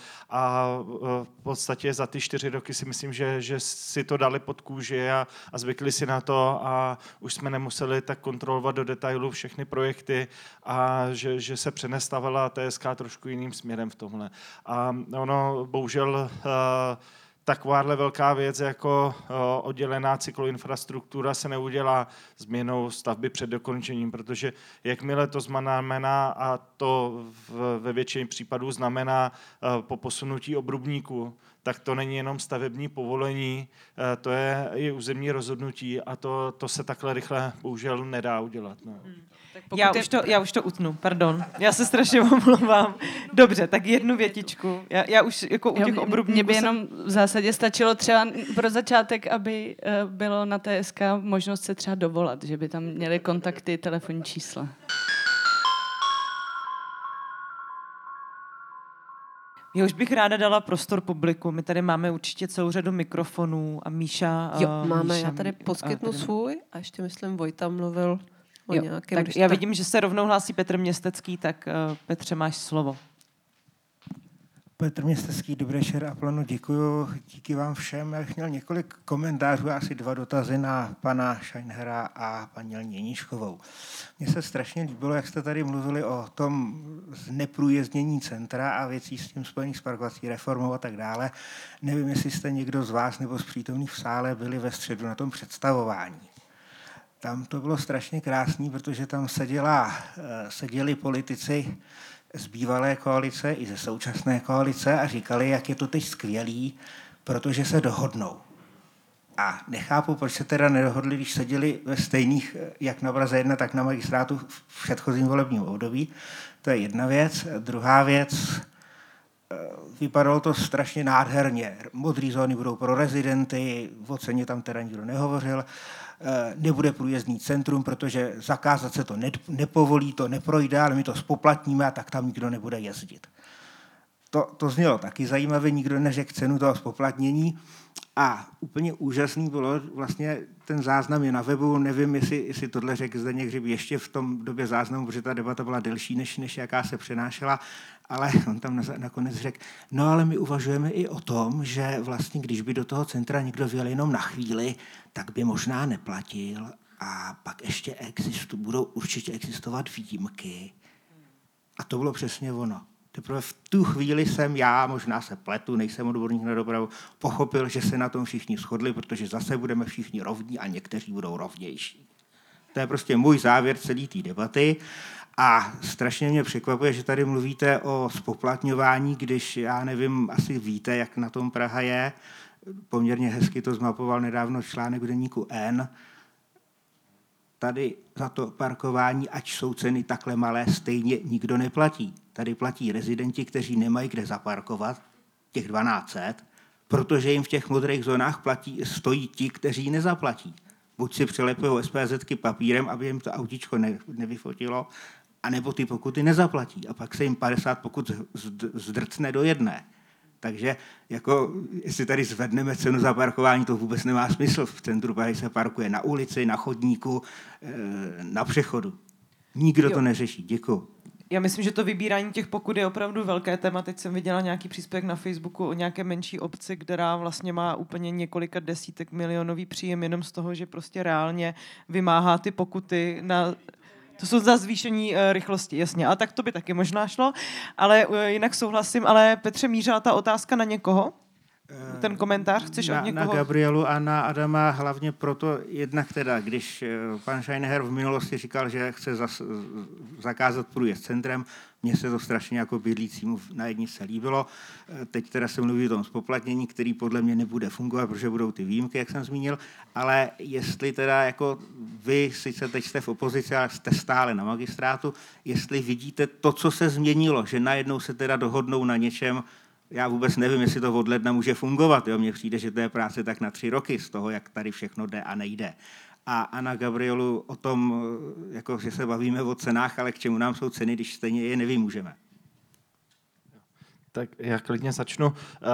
v podstatě za ty 4 roky si myslím, že si to dali pod kůži a zvykli si na to a už jsme nemuseli tak kontrolovat do detailu všechny projekty a že se přenestavila TSK trošku jiným směrem v tomhle. A ono bohužel takováhle velká věc jako oddělená cykloinfrastruktura se neudělá změnou stavby před dokončením, protože jakmile to znamená, a to ve většině případů znamená po posunutí obrubníku, tak to není jenom stavební povolení, to je i územní rozhodnutí a to se takhle rychle bohužel nedá udělat. No. Já už to utnu, pardon. Já se strašně omlouvám. Dobře, tak jednu větičku. Já už jako u těch obrubníků... Mně by jenom v zásadě stačilo třeba pro začátek, aby bylo na TSK možnost se třeba dovolat, že by tam měli kontakty, telefonní čísla. Já už bych ráda dala prostor publiku. My tady máme určitě celou řadu mikrofonů a Míša... máme, já tady poskytnu svůj a ještě myslím Vojta mluvil o nějakém... Tak já vidím, že se rovnou hlásí Petr Městecký, tak Petře, máš slovo. Petr Městecký, dobrý večer a Planu, děkuju. Díky vám všem. Já bych měl několik komentářů, asi 2 dotazy na pana Scheinhera a paní Jeníčkovou. Mně se strašně líbilo, jak jste tady mluvili o tom zneprůjezdnění centra a věcí s tím spojených s parkovací reformou a tak dále. Nevím, jestli jste někdo z vás nebo z přítomných v sále byli ve středu na tom představování. Tam to bylo strašně krásný, protože tam seděli politici z bývalé koalice i ze současné koalice a říkali, jak je to teď skvělý, protože se dohodnou. A nechápu, proč se teda nedohodli, když seděli ve stejných, jak na Praze 1, tak na magistrátu v předchozím volebním období. To je jedna věc. Druhá věc, vypadalo to strašně nádherně. Modré zóny budou pro rezidenty, o ceně tam teda nikdo nehovořil. Nebude průjezdný centrum, protože zakázat se to nepovolí, to neprojde, ale my to spoplatníme a tak tam nikdo nebude jezdit. To znělo taky zajímavé, nikdo neřekl cenu toho spoplatnění a úplně úžasný bylo, vlastně ten záznam je na webu, nevím, jestli tohle řekl Zdeněk Hřib ještě v tom době záznamu, protože ta debata byla delší, než jaká se přenášela, ale on tam nakonec řekl, no ale my uvažujeme i o tom, že vlastně když by do toho centra někdo vyjel jenom na chvíli, tak by možná neplatil a pak ještě budou určitě existovat výjimky. A to bylo přesně ono. Teprve v tu chvíli jsem já, možná se pletu, nejsem odborník na dopravu, pochopil, že se na tom všichni shodli, protože zase budeme všichni rovní a někteří budou rovnější. To je prostě můj závěr celé té debaty. A strašně mě překvapuje, že tady mluvíte o spoplatňování, když já nevím, asi víte, jak na tom Praha je. Poměrně hezky to zmapoval nedávno článek v deníku N. Tady za to parkování, ať jsou ceny takhle malé, stejně nikdo neplatí. Tady platí rezidenti, kteří nemají kde zaparkovat, těch 1200, protože jim v těch modrých zónách stojí ti, kteří nezaplatí. Buď si přilepují SPZky papírem, aby jim to autíčko nevyfotilo, anebo ty pokuty nezaplatí. A pak se jim 50 pokut zdrcne do jedné. Takže jako, jestli tady zvedneme cenu za parkování, to vůbec nemá smysl. V centru Prahy se parkuje na ulici, na chodníku, na přechodu. Nikdo to neřeší. Děkuju. Já myslím, že to vybírání těch pokut je opravdu velké téma. Teď jsem viděla nějaký příspěvek na Facebooku o nějaké menší obci, která vlastně má úplně několika desítek milionový příjem jenom z toho, že prostě reálně vymáhá ty pokuty na... To jsou za zvýšení rychlosti, jasně. A tak to by taky možná šlo, ale jinak souhlasím. Ale Petře, mířila ta otázka na někoho? Ten komentář chceš od někoho? Na Gabrielu a na Adama hlavně proto, jednak teda, když pan Scheinher v minulosti říkal, že chce zakázat průjezd centrem, mně se to strašně jako bydlícímu na jedničce líbilo. Teď teda se mluví o tom zpoplatnění, který podle mě nebude fungovat, protože budou ty výjimky, jak jsem zmínil, ale jestli teda jako vy, sice teď jste v opozici, ale jste stále na magistrátu, jestli vidíte to, co se změnilo, že najednou se teda dohodnou na něčem, já vůbec nevím, jestli to od ledna může fungovat. Jo? Mně přijde, že to je práce tak na 3 roky z toho, jak tady všechno jde a nejde. A na Gabrielu o tom, jako, že se bavíme o cenách, ale k čemu nám jsou ceny, když stejně je nevymůžeme. Tak já klidně začnu.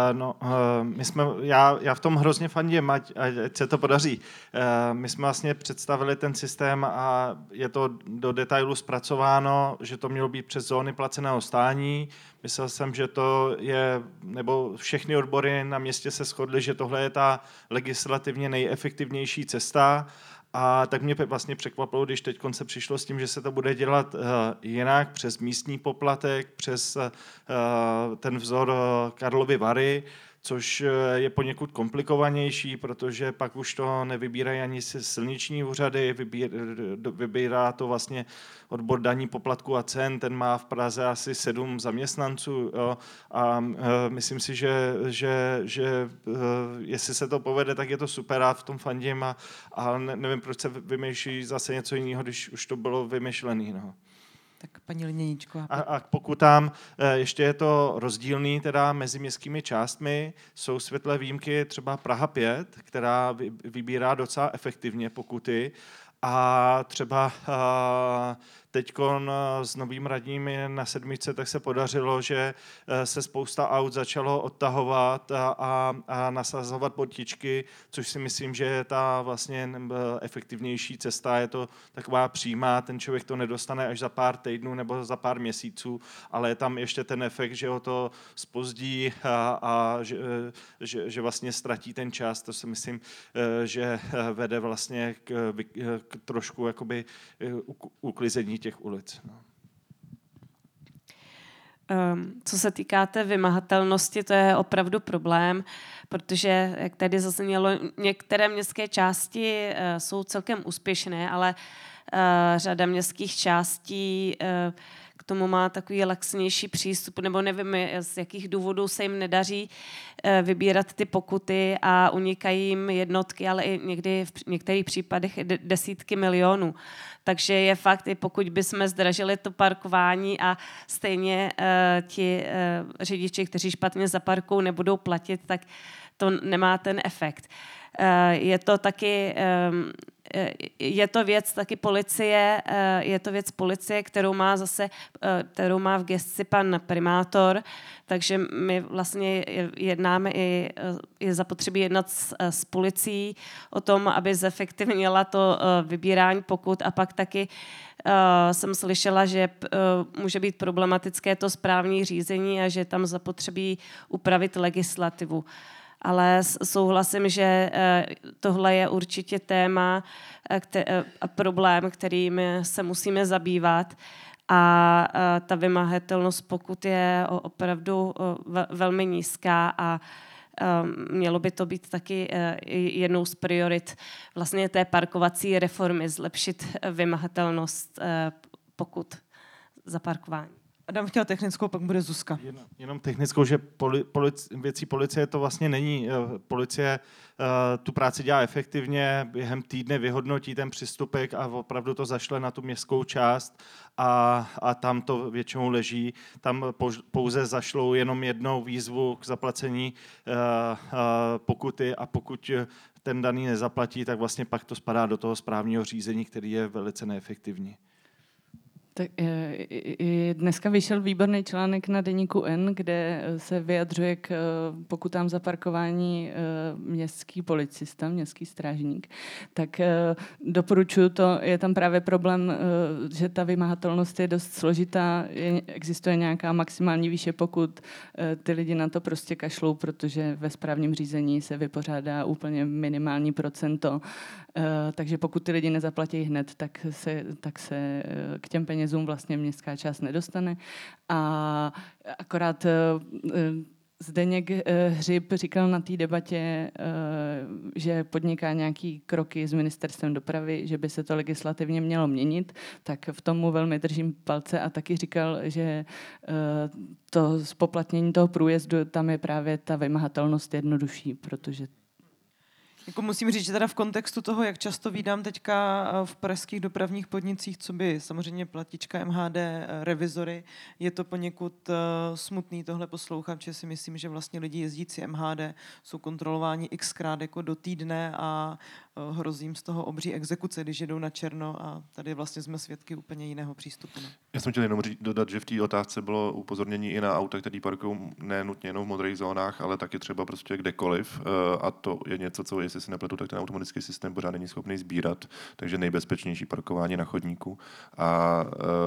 Já v tom hrozně fandím, ať se to podaří. My jsme vlastně představili ten systém a je to do detailu zpracováno, že to mělo být přes zóny placeného stání. Myslel jsem, že to je, nebo všechny odbory na městě se shodly, že tohle je ta legislativně nejefektivnější cesta. A tak mě vlastně překvapilo, když teď se přišlo s tím, že se to bude dělat jinak, přes místní poplatek, přes ten vzor Karlovy Vary, což je poněkud komplikovanější, protože pak už to nevybírají ani silniční úřady, vybírá to vlastně odbor daní, poplatku a cen, ten má v Praze asi 7 zaměstnanců, jo, a myslím si, že jestli se to povede, tak je to super, a v tom fandím a nevím, proč se vymýšlí zase něco jiného, když už to bylo vymyšlené. No. Tak paní Liněníčko. A pokud tam ještě je to rozdílný teda mezi městskými částmi, jsou světlé výjimky třeba Praha 5, která vybírá docela efektivně pokuty, a třeba teďkon s novým radním na 7, tak se podařilo, že se spousta aut začalo odtahovat a nasazovat botičky, což si myslím, že je ta vlastně efektivnější cesta. Je to taková přímá, ten člověk to nedostane až za pár týdnů nebo za pár měsíců, ale je tam ještě ten efekt, že ho to zpozdí a že vlastně ztratí ten čas. To si myslím, že vede vlastně k trošku jakoby uklizení těch ulic. No. Co se týká té vymahatelnosti, to je opravdu problém, protože, jak tady zaznělo, některé městské části jsou celkem úspěšné, ale řada městských částí k tomu má takový laxnější přístup, nebo nevím, z jakých důvodů se jim nedaří vybírat ty pokuty a unikají jim jednotky, ale i někdy v některých případech desítky milionů. Takže je fakt, i pokud bychom zdražili to parkování a stejně ti řidiči, kteří špatně zaparkují, nebudou platit, tak to nemá ten efekt. Je to taky... Je to věc taky policie, kterou má v gesci pan primátor, takže my vlastně jednáme je zapotřebí jednat s policií o tom, aby zefektivnila to vybírání pokut, a pak taky jsem slyšela, že může být problematické to správní řízení a že tam zapotřebí upravit legislativu. Ale souhlasím, že tohle je určitě téma a problém, kterým se musíme zabývat. a ta vymahatelnost pokut je opravdu velmi nízká a mělo by to být taky jednou z priorit vlastně té parkovací reformy, zlepšit vymahatelnost pokut za parkování. Adam chtěl technickou, pak bude Zuzka. Jenom technickou, že věcí policie to vlastně není. Policie tu práci dělá efektivně, během týdne vyhodnotí ten přestupek a opravdu to zašle na tu městskou část a tam to většinou leží. Tam pouze zašlou jenom jednou výzvu k zaplacení pokuty a pokud ten daný nezaplatí, tak vlastně pak to spadá do toho správního řízení, který je velice neefektivní. Tak dneska vyšel výborný článek na deníku N, kde se vyjadřuje k pokutám za parkování městský policista, městský strážník. Tak doporučuji to, je tam právě problém, že ta vymahatelnost je dost složitá, existuje nějaká maximální výše pokut, ty lidi na to prostě kašlou, protože ve správním řízení se vypořádá úplně minimální procento, takže pokud ty lidi nezaplatí hned, tak se k těm penězům vlastně městská část nedostane. A akorát Zdeněk Hřib říkal na té debatě, že podniká nějaký kroky s ministerstvem dopravy, že by se to legislativně mělo měnit, tak v tomu velmi držím palce a taky říkal, že to zpoplatnění toho průjezdu, tam je právě ta vymahatelnost jednodušší, protože jako musím říct, že teda v kontextu toho, jak často vídám teďka v pražských dopravních podnicích, co by samozřejmě platička MHD, revizory, je to poněkud smutný tohle poslouchat, že si myslím, že vlastně lidi jezdící MHD jsou kontrolováni xkrát jako do týdne a hrozí jim z toho obří exekuce, když jedou na černo a tady vlastně jsme svědky úplně jiného přístupu. Ne? Já jsem chtěl jenom dodat, že v té otázce bylo upozornění i na auta, které parkují ne nutně jenom v modrých zónách, ale taky třeba prostě kdekoliv a to je něco, co jestli si nepletu, tak ten automatický systém pořád není schopný sbírat, takže nejbezpečnější parkování na chodníku a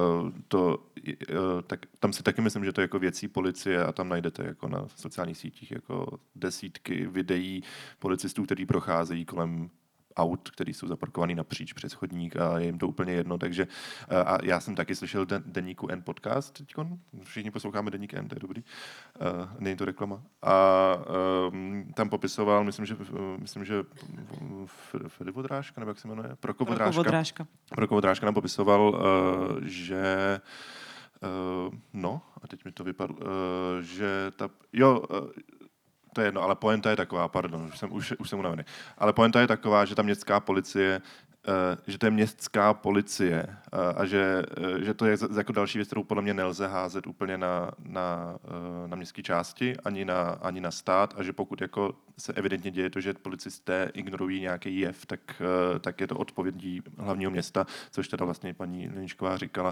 tak tam si taky myslím, že to je jako věcí policie a tam najdete jako na sociálních sítích jako desítky videí policistů, kteří procházejí kolem aut, který jsou zaparkovaný napříč přes chodník a je jim to úplně jedno, takže a já jsem taky slyšel deníku N podcast teďkon, všichni posloucháme deník N, to je dobrý, není to reklama a tam popisoval, myslím, že Fedivodrážka, nebo jak se jmenuje? Prokovodrážka nám popisoval, že no, a teď mi to vypadlo, že to je jedno, ale pointa je taková, pardon, už jsem unavený. Ale pointa je taková, že ta městská policie, že to je městská policie a že to je jako další věc, kterou podle mě nelze házet úplně na městské části, ani na stát a že pokud jako se evidentně děje to, že policisté ignorují nějaký jev, tak je to odpovědí hlavního města, což teda vlastně paní Leničková říkala.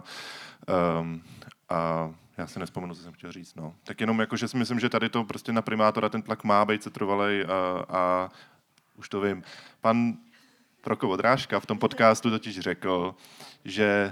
A já si nevzpomenu, co jsem chtěl říct. No. Tak jenom jako, že si myslím, že tady to prostě na primátora ten tlak má být setrvalej a už to vím. Pan Prokovodrážka v tom podcastu totiž řekl, že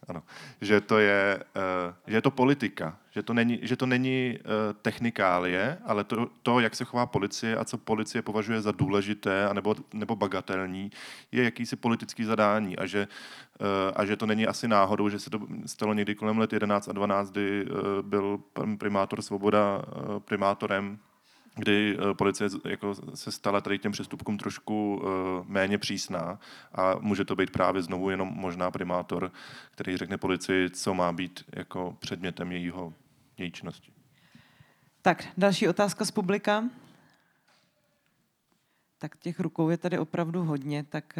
je to politika, že to není technikálie, ale to, jak se chová policie a co policie považuje za důležité nebo bagatelní, je jakýsi politický zadání a že to není asi náhodou, že se to stalo někdy kolem let 11 a 12, kdy byl pan primátor Svoboda primátorem, kdy policie jako se stala tady těm přestupkům trošku méně přísná a může to být právě znovu jenom možná primátor, který řekne policii, co má být jako předmětem její činnosti. Tak, další otázka z publika. Tak těch rukou je tady opravdu hodně, tak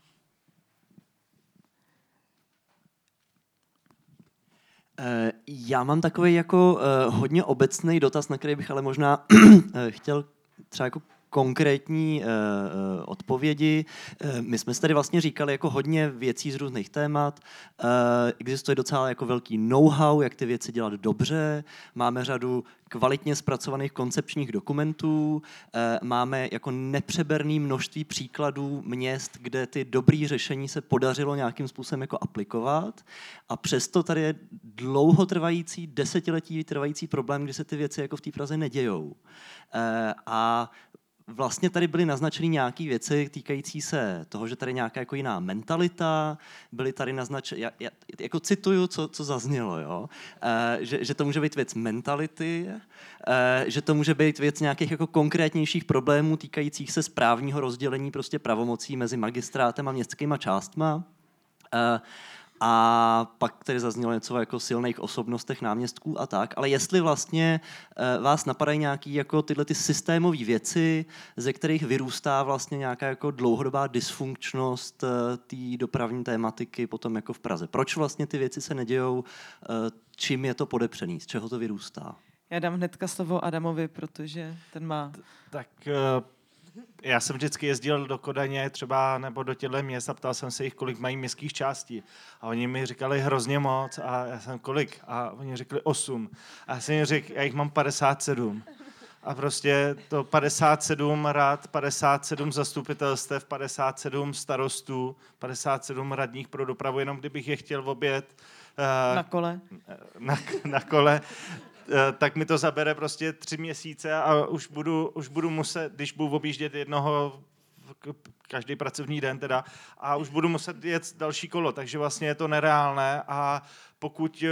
já mám takový jako hodně obecný dotaz, na který bych ale možná chtěl třeba jako konkrétní odpovědi. My jsme si tady vlastně říkali jako hodně věcí z různých témat. Existuje docela jako velký know-how, jak ty věci dělat dobře. Máme řadu kvalitně zpracovaných koncepčních dokumentů. Máme jako nepřeberné množství příkladů měst, kde ty dobré řešení se podařilo nějakým způsobem jako aplikovat. A přesto tady je dlouhotrvající, desetiletí trvající problém, kdy se ty věci jako v té Praze nedějou. A vlastně tady byly naznačeny nějaké věci týkající se toho, že tady nějaká jako jiná mentalita, byly tady naznačeny, jako cituju, co zaznělo, jo? Že to může být věc mentality, že to může být věc nějakých jako konkrétnějších problémů týkajících se správního rozdělení prostě pravomocí mezi magistrátem a městskýma částma. A pak tady zaznělo něco jako o silných osobnostech náměstků a tak, ale jestli vlastně vás napadají nějaké jako tyhle ty systémové věci, ze kterých vyrůstá vlastně nějaká jako dlouhodobá dysfunkčnost té dopravní tématiky potom jako v Praze. Proč vlastně ty věci se nedějou, čím je to podepřený, z čeho to vyrůstá? Já dám hnedka slovo Adamovi, protože ten má... Tak já jsem vždycky jezdil do Kodaně třeba nebo do těchto měst a ptal jsem se jich, kolik mají městských částí. A oni mi říkali hrozně moc a já jsem kolik? A oni řekli 8. A já jsem jim řekl, já jich mám 57. A prostě to 57 rad, 57 zastupitelstev, 57 starostů, 57 radních pro dopravu, jenom kdybych je chtěl objet na kole. Na kole, tak mi to zabere prostě 3 měsíce a už budu muset, když budu objíždět jednoho každý pracovní den teda, a už budu muset jet další kolo, takže vlastně je to nereálné a pokud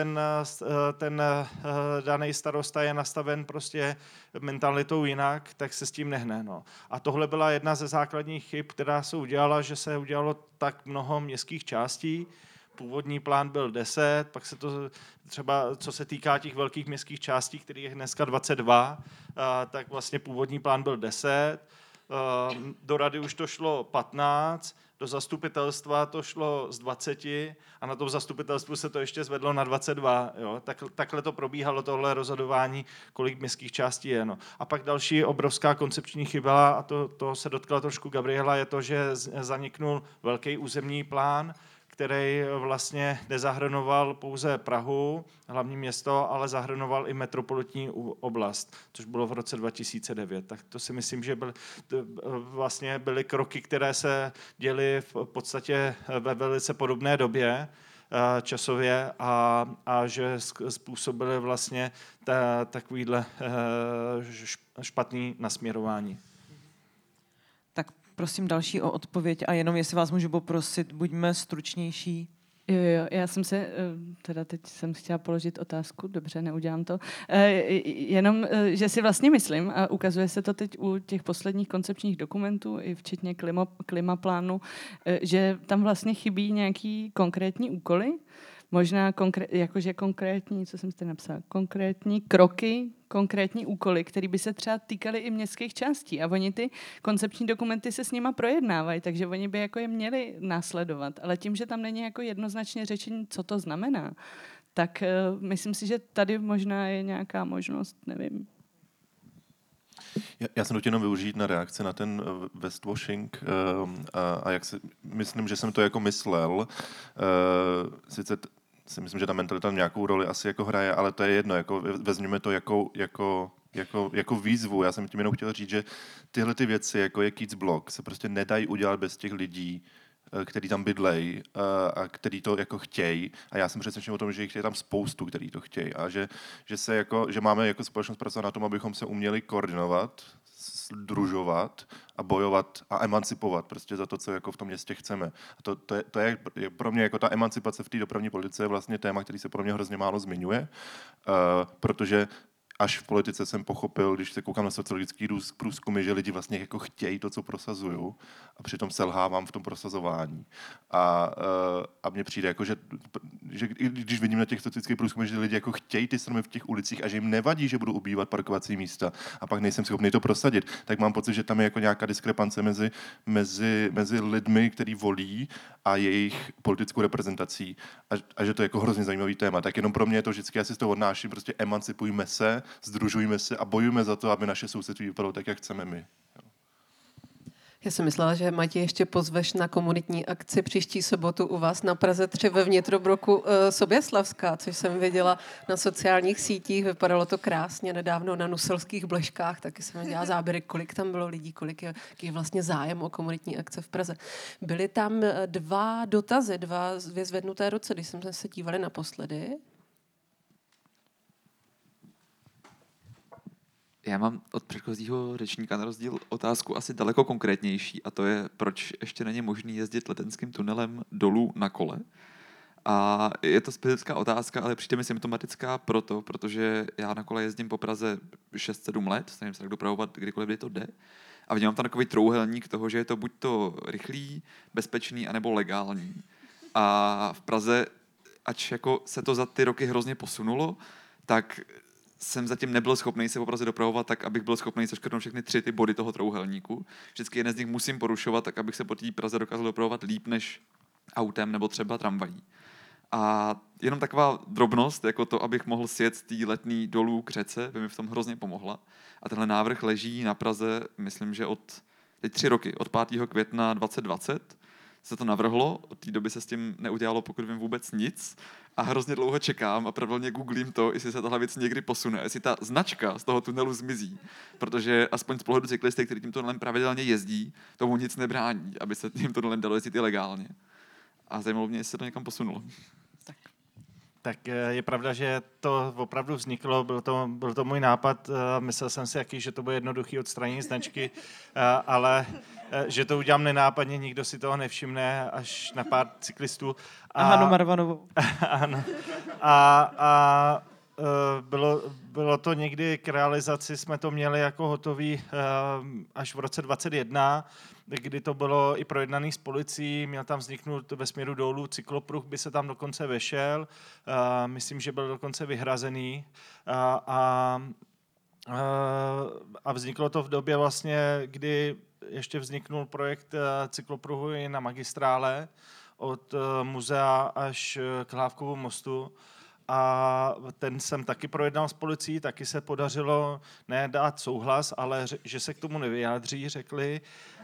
ten daný starosta je nastaven prostě mentalitou jinak, tak se s tím nehne. No. A tohle byla jedna ze základních chyb, která se udělala, že se udělalo tak mnoho městských částí. Původní plán byl 10, pak se to třeba, co se týká těch velkých městských částí, kterých je dneska 22, tak vlastně původní plán byl 10, do rady už to šlo 15, do zastupitelstva to šlo z 20 a na tom zastupitelstvu se to ještě zvedlo na 22. Jo? Takhle to probíhalo, tohle rozhodování, kolik městských částí je. No. A pak další obrovská koncepční chyba, a to se dotkla trošku Gabriela, je to, že zaniknul velký územní plán, který vlastně nezahrnoval pouze Prahu, hlavní město, ale zahrnoval i metropolitní oblast, což bylo v roce 2009. Tak to si myslím, že vlastně byly kroky, které se děly v podstatě ve velice podobné době časově a že způsobily vlastně takovýhle špatný nasměrování. Prosím další o odpověď a jenom jestli vás můžu poprosit, buďme stručnější. Jo, já jsem se, teda teď jsem chtěla položit otázku, dobře, neudělám to, jenom, že si vlastně myslím, a ukazuje se to teď u těch posledních koncepčních dokumentů, i včetně klimaplánu, že tam vlastně chybí nějaký konkrétní úkoly, možná jakože konkrétní, co jsem si napsala, konkrétní kroky, konkrétní úkoly, které by se třeba týkaly i městských částí. A oni ty koncepční dokumenty se s nima projednávají, takže oni by jako je měli následovat. Ale tím, že tam není jako jednoznačně řečení, co to znamená, tak myslím si, že tady možná je nějaká možnost, nevím. Já jsem to jenom využít na reakci na ten westwashing a jak myslím, že jsem to jako myslel. Sice si myslím, že ta mentalita nějakou roli asi jako hraje, ale to je jedno, jako vezměme to jako výzvu. Já jsem tím jenom chtěl říct, že tyhle ty věci, jako je Kids Block, se prostě nedají udělat bez těch lidí, který tam bydlejí a který to jako chtějí. A já jsem přesvědčen o tom, že jich je tam spoustu, který to chtějí. A že máme jako společnost pracovat na tom, abychom se uměli koordinovat, sdružovat a bojovat a emancipovat prostě za to, co jako v tom městě chceme. A to je pro mě jako ta emancipace v té dopravní politice je vlastně téma, který se pro mě hrozně málo zmiňuje, protože až v politice jsem pochopil, když se koukám na sociologický průzkumy, že lidi vlastně jako chtějí to, co prosazují, a přitom selhávám v tom prosazování. A mně přijde, jako, že když vidím na těch sociologických průzkumech, že lidi jako chtějí ty stromy v těch ulicích a že jim nevadí, že budou ubývat parkovací místa a pak nejsem schopný to prosadit, tak mám pocit, že tam je jako nějaká diskrepance mezi lidmi, který volí, a jejich politickou reprezentací a že to je jako hrozně zajímavý téma. Tak jenom pro mě je to vždycky, já si z toho odnáším, prostě emancipujme se, sdružujme se a bojujme za to, aby naše sousedství vypadalo tak, jak chceme my. Já jsem myslela, že Matěj ještě pozveš na komunitní akci příští sobotu u vás na Praze 3 ve vnitrobloku Soběslavská, což jsem viděla na sociálních sítích. Vypadalo to krásně nedávno na Nuselských Bleškách, taky jsem dělala záběry, kolik tam bylo lidí, kolik je vlastně zájem o komunitní akce v Praze. Byly tam 2 dotazy, 2 zvednuté ruce, když jsme se dívali naposledy. Já mám od předchozího řečníka na rozdíl otázku asi daleko konkrétnější, a to je, proč ještě není možný jezdit letenským tunelem dolů na kole. A je to specifická otázka, ale přijde mi symptomatická protože já na kole jezdím po Praze 6-7 let, snažím se tak dopravovat kdykoliv, kdy to jde. A vnímám tam takový trouhelník toho, že je to buď to rychlý, bezpečný, anebo legální. A v Praze, ač jako se to za ty roky hrozně posunulo, tak jsem zatím nebyl schopný se po Praze dopravovat tak, abych byl schopný seškrtnout všechny 3 ty body toho trouhelníku. Vždycky jeden z nich musím porušovat, tak abych se po té Praze dokázal dopravovat líp než autem nebo třeba tramvají. A jenom taková drobnost, jako to, abych mohl sjet z té Letný dolů k řece, by mi v tom hrozně pomohla. A tenhle návrh leží na Praze, myslím, že teď 3 roky, od 5. května 2020 se to navrhlo, od té doby se s tím neudělalo, pokud vím, vůbec nic. A hrozně dlouho čekám a pravidelně googlím to, jestli se tahle věc někdy posune, jestli ta značka z toho tunelu zmizí. Protože aspoň z pohledu cyklisty, který tím tunelem pravidelně jezdí, tomu nic nebrání, aby se tím tunelem dalo jezdit i legálně. A zajímalo mě, jestli se to někam posunulo. Tak je pravda, že to opravdu vzniklo, byl to můj nápad, myslel jsem si, že to bude jednoduchý odstranění značky, ale že to udělám nenápadně, nikdo si toho nevšimne, až na pár cyklistů. A Hanu Marvanovou. Ano. A bylo to někdy k realizaci, jsme to měli jako hotový až v roce 2021, kdy to bylo i projednaný s policií, měl tam vzniknout ve směru dolů cyklopruh, by se tam dokonce vešel, myslím, že byl dokonce vyhrazený a vzniklo to v době vlastně, kdy ještě vzniknul projekt cyklopruhu i na magistrále od muzea až k Hlávkovu mostu. A ten jsem taky projednal s policií, taky se podařilo ne dát souhlas, ale že se k tomu nevyjádří, řekli.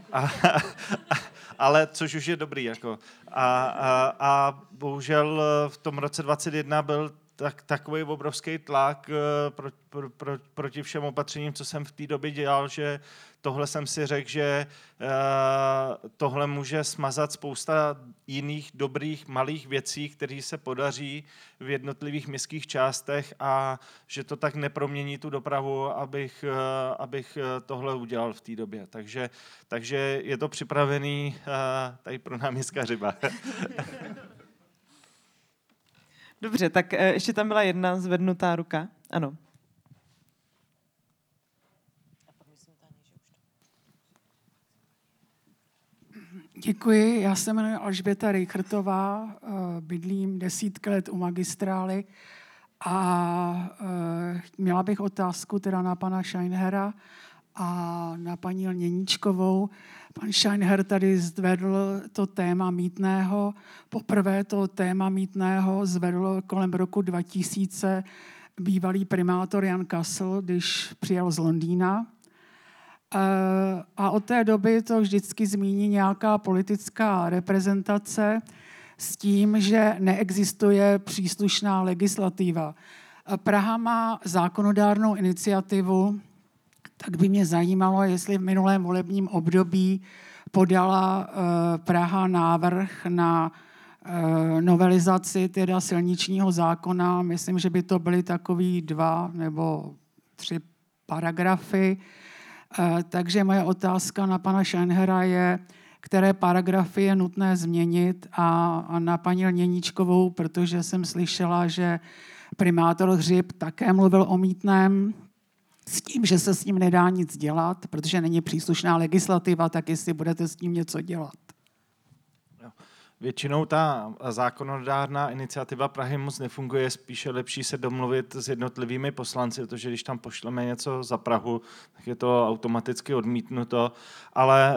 Ale což už je dobrý. Jako. A bohužel v tom roce 2021 byl takový obrovský tlak proti všem opatřením, co jsem v té době dělal, že tohle jsem si řekl, že tohle může smazat spousta jiných dobrých malých věcí, které se podaří v jednotlivých městských částech a že to tak nepromění tu dopravu, abych tohle udělal v té době. Takže je to připravený tady pro náměstka Hřiba. Dobře, tak ještě tam byla jedna zvednutá ruka. Ano. Děkuji, já se jmenuji Alžběta Rejchrtová, bydlím 10 let u magistrály a měla bych otázku teda na pana Scheinhera a na paní Lněníčkovou. Pan Scheinher tady zvedl to téma mýtného. Poprvé to téma mýtného zvedl kolem roku 2000 bývalý primátor Jan Kassel, když přijel z Londýna. A od té doby to vždycky zmíní nějaká politická reprezentace s tím, že neexistuje příslušná legislativa. Praha má zákonodárnou iniciativu, tak by mě zajímalo, jestli v minulém volebním období podala Praha návrh na novelizaci teda silničního zákona. Myslím, že by to byly takový 2 nebo 3 paragrafy. Takže moje otázka na pana Scheinhera je, které paragrafy je nutné změnit a na paní Lněníčkovou, protože jsem slyšela, že primátor Hřib také mluvil o mýtném, s tím, že se s ním nedá nic dělat, protože není příslušná legislativa, tak jestli budete s tím něco dělat. Většinou ta zákonodárná iniciativa Prahy moc nefunguje, spíše lepší se domluvit s jednotlivými poslanci, protože když tam pošleme něco za Prahu, tak je to automaticky odmítnuto, ale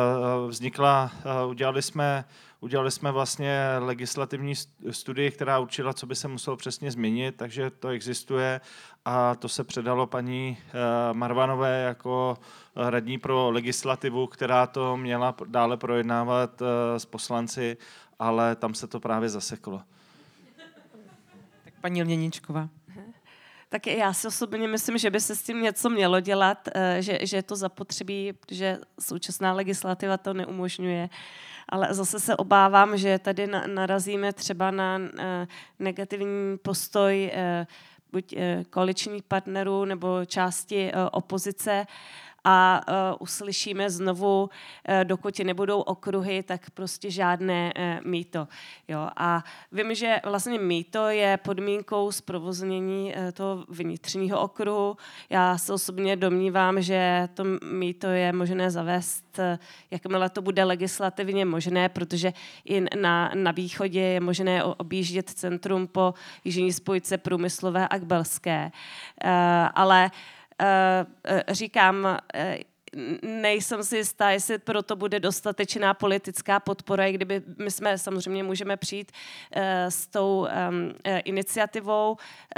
udělali jsme vlastně legislativní studii, která určila, co by se muselo přesně změnit, takže to existuje a to se předalo paní Marvanové jako radní pro legislativu, která to měla dále projednávat s poslanci, ale tam se to právě zaseklo. Tak paní Lněníčková. Tak já si osobně myslím, že by se s tím něco mělo dělat, že je to zapotřebí, protože současná legislativa to neumožňuje. Ale zase se obávám, že tady narazíme třeba na negativní postoj buď koaličních partnerů nebo části opozice, a uslyšíme znovu, dokud nebudou okruhy, tak prostě žádné mýto. Jo. A vím, že vlastně mýto je podmínkou zprovoznění toho vnitřního okruhu. Já se osobně domnívám, že to mýto je možné zavést, jakmile to bude legislativně možné, protože i na východě je možné objíždět centrum po jižní spojce průmyslové a kbelské. Ale říkám, nejsem si jistá, jestli proto bude dostatečná politická podpora, i kdyby my jsme samozřejmě můžeme přijít s tou iniciativou,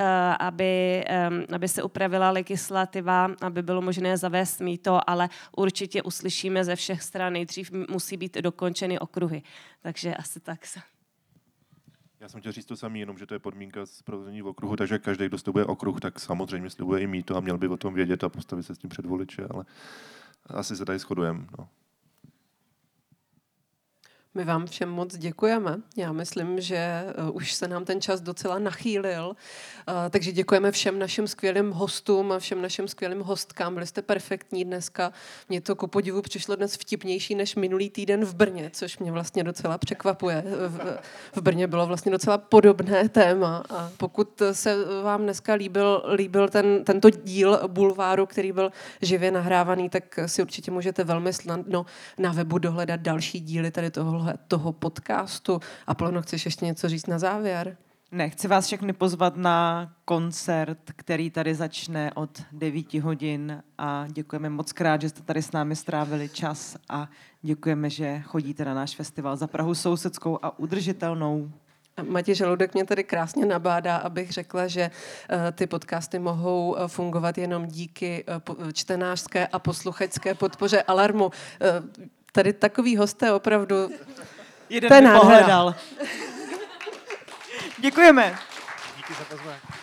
aby se upravila legislativa, aby bylo možné zavést mýto, ale určitě uslyšíme ze všech stran, nejdřív musí být dokončeny okruhy. Takže asi tak se. Já jsem chtěl říct to samé, jenom že to je podmínka zprovoznění v okruhu, takže každý, kdo slibuje okruh, tak samozřejmě slibuje i mýto a měl by o tom vědět a postavit se s tím před voliče, ale asi se tady shodujeme. No. My vám všem moc děkujeme. Já myslím, že už se nám ten čas docela nachýlil, takže děkujeme všem našim skvělým hostům a všem našim skvělým hostkám. Byli jste perfektní dneska. Mně to ku podivu přišlo dnes vtipnější než minulý týden v Brně, což mě vlastně docela překvapuje. V Brně bylo vlastně docela podobné téma a pokud se vám dneska líbil tento díl Bulváru, který byl živě nahrávaný, tak si určitě můžete velmi snadno na webu dohledat další díly tady toho podcastu. Apoleno, chceš ještě něco říct na závěr? Ne, chci vás všechny pozvat na koncert, který tady začne od 9 hodin a děkujeme moc krát, že jste tady s námi strávili čas a děkujeme, že chodíte na náš festival Za Prahu sousedskou a udržitelnou. Matěj Žaludek mě tady krásně nabádá, abych řekla, že ty podcasty mohou fungovat jenom díky čtenářské a posluchačské podpoře Alarmu. Tady takový hosté opravdu... Jeden mi pohledal. Děkujeme. Díky za pozvání.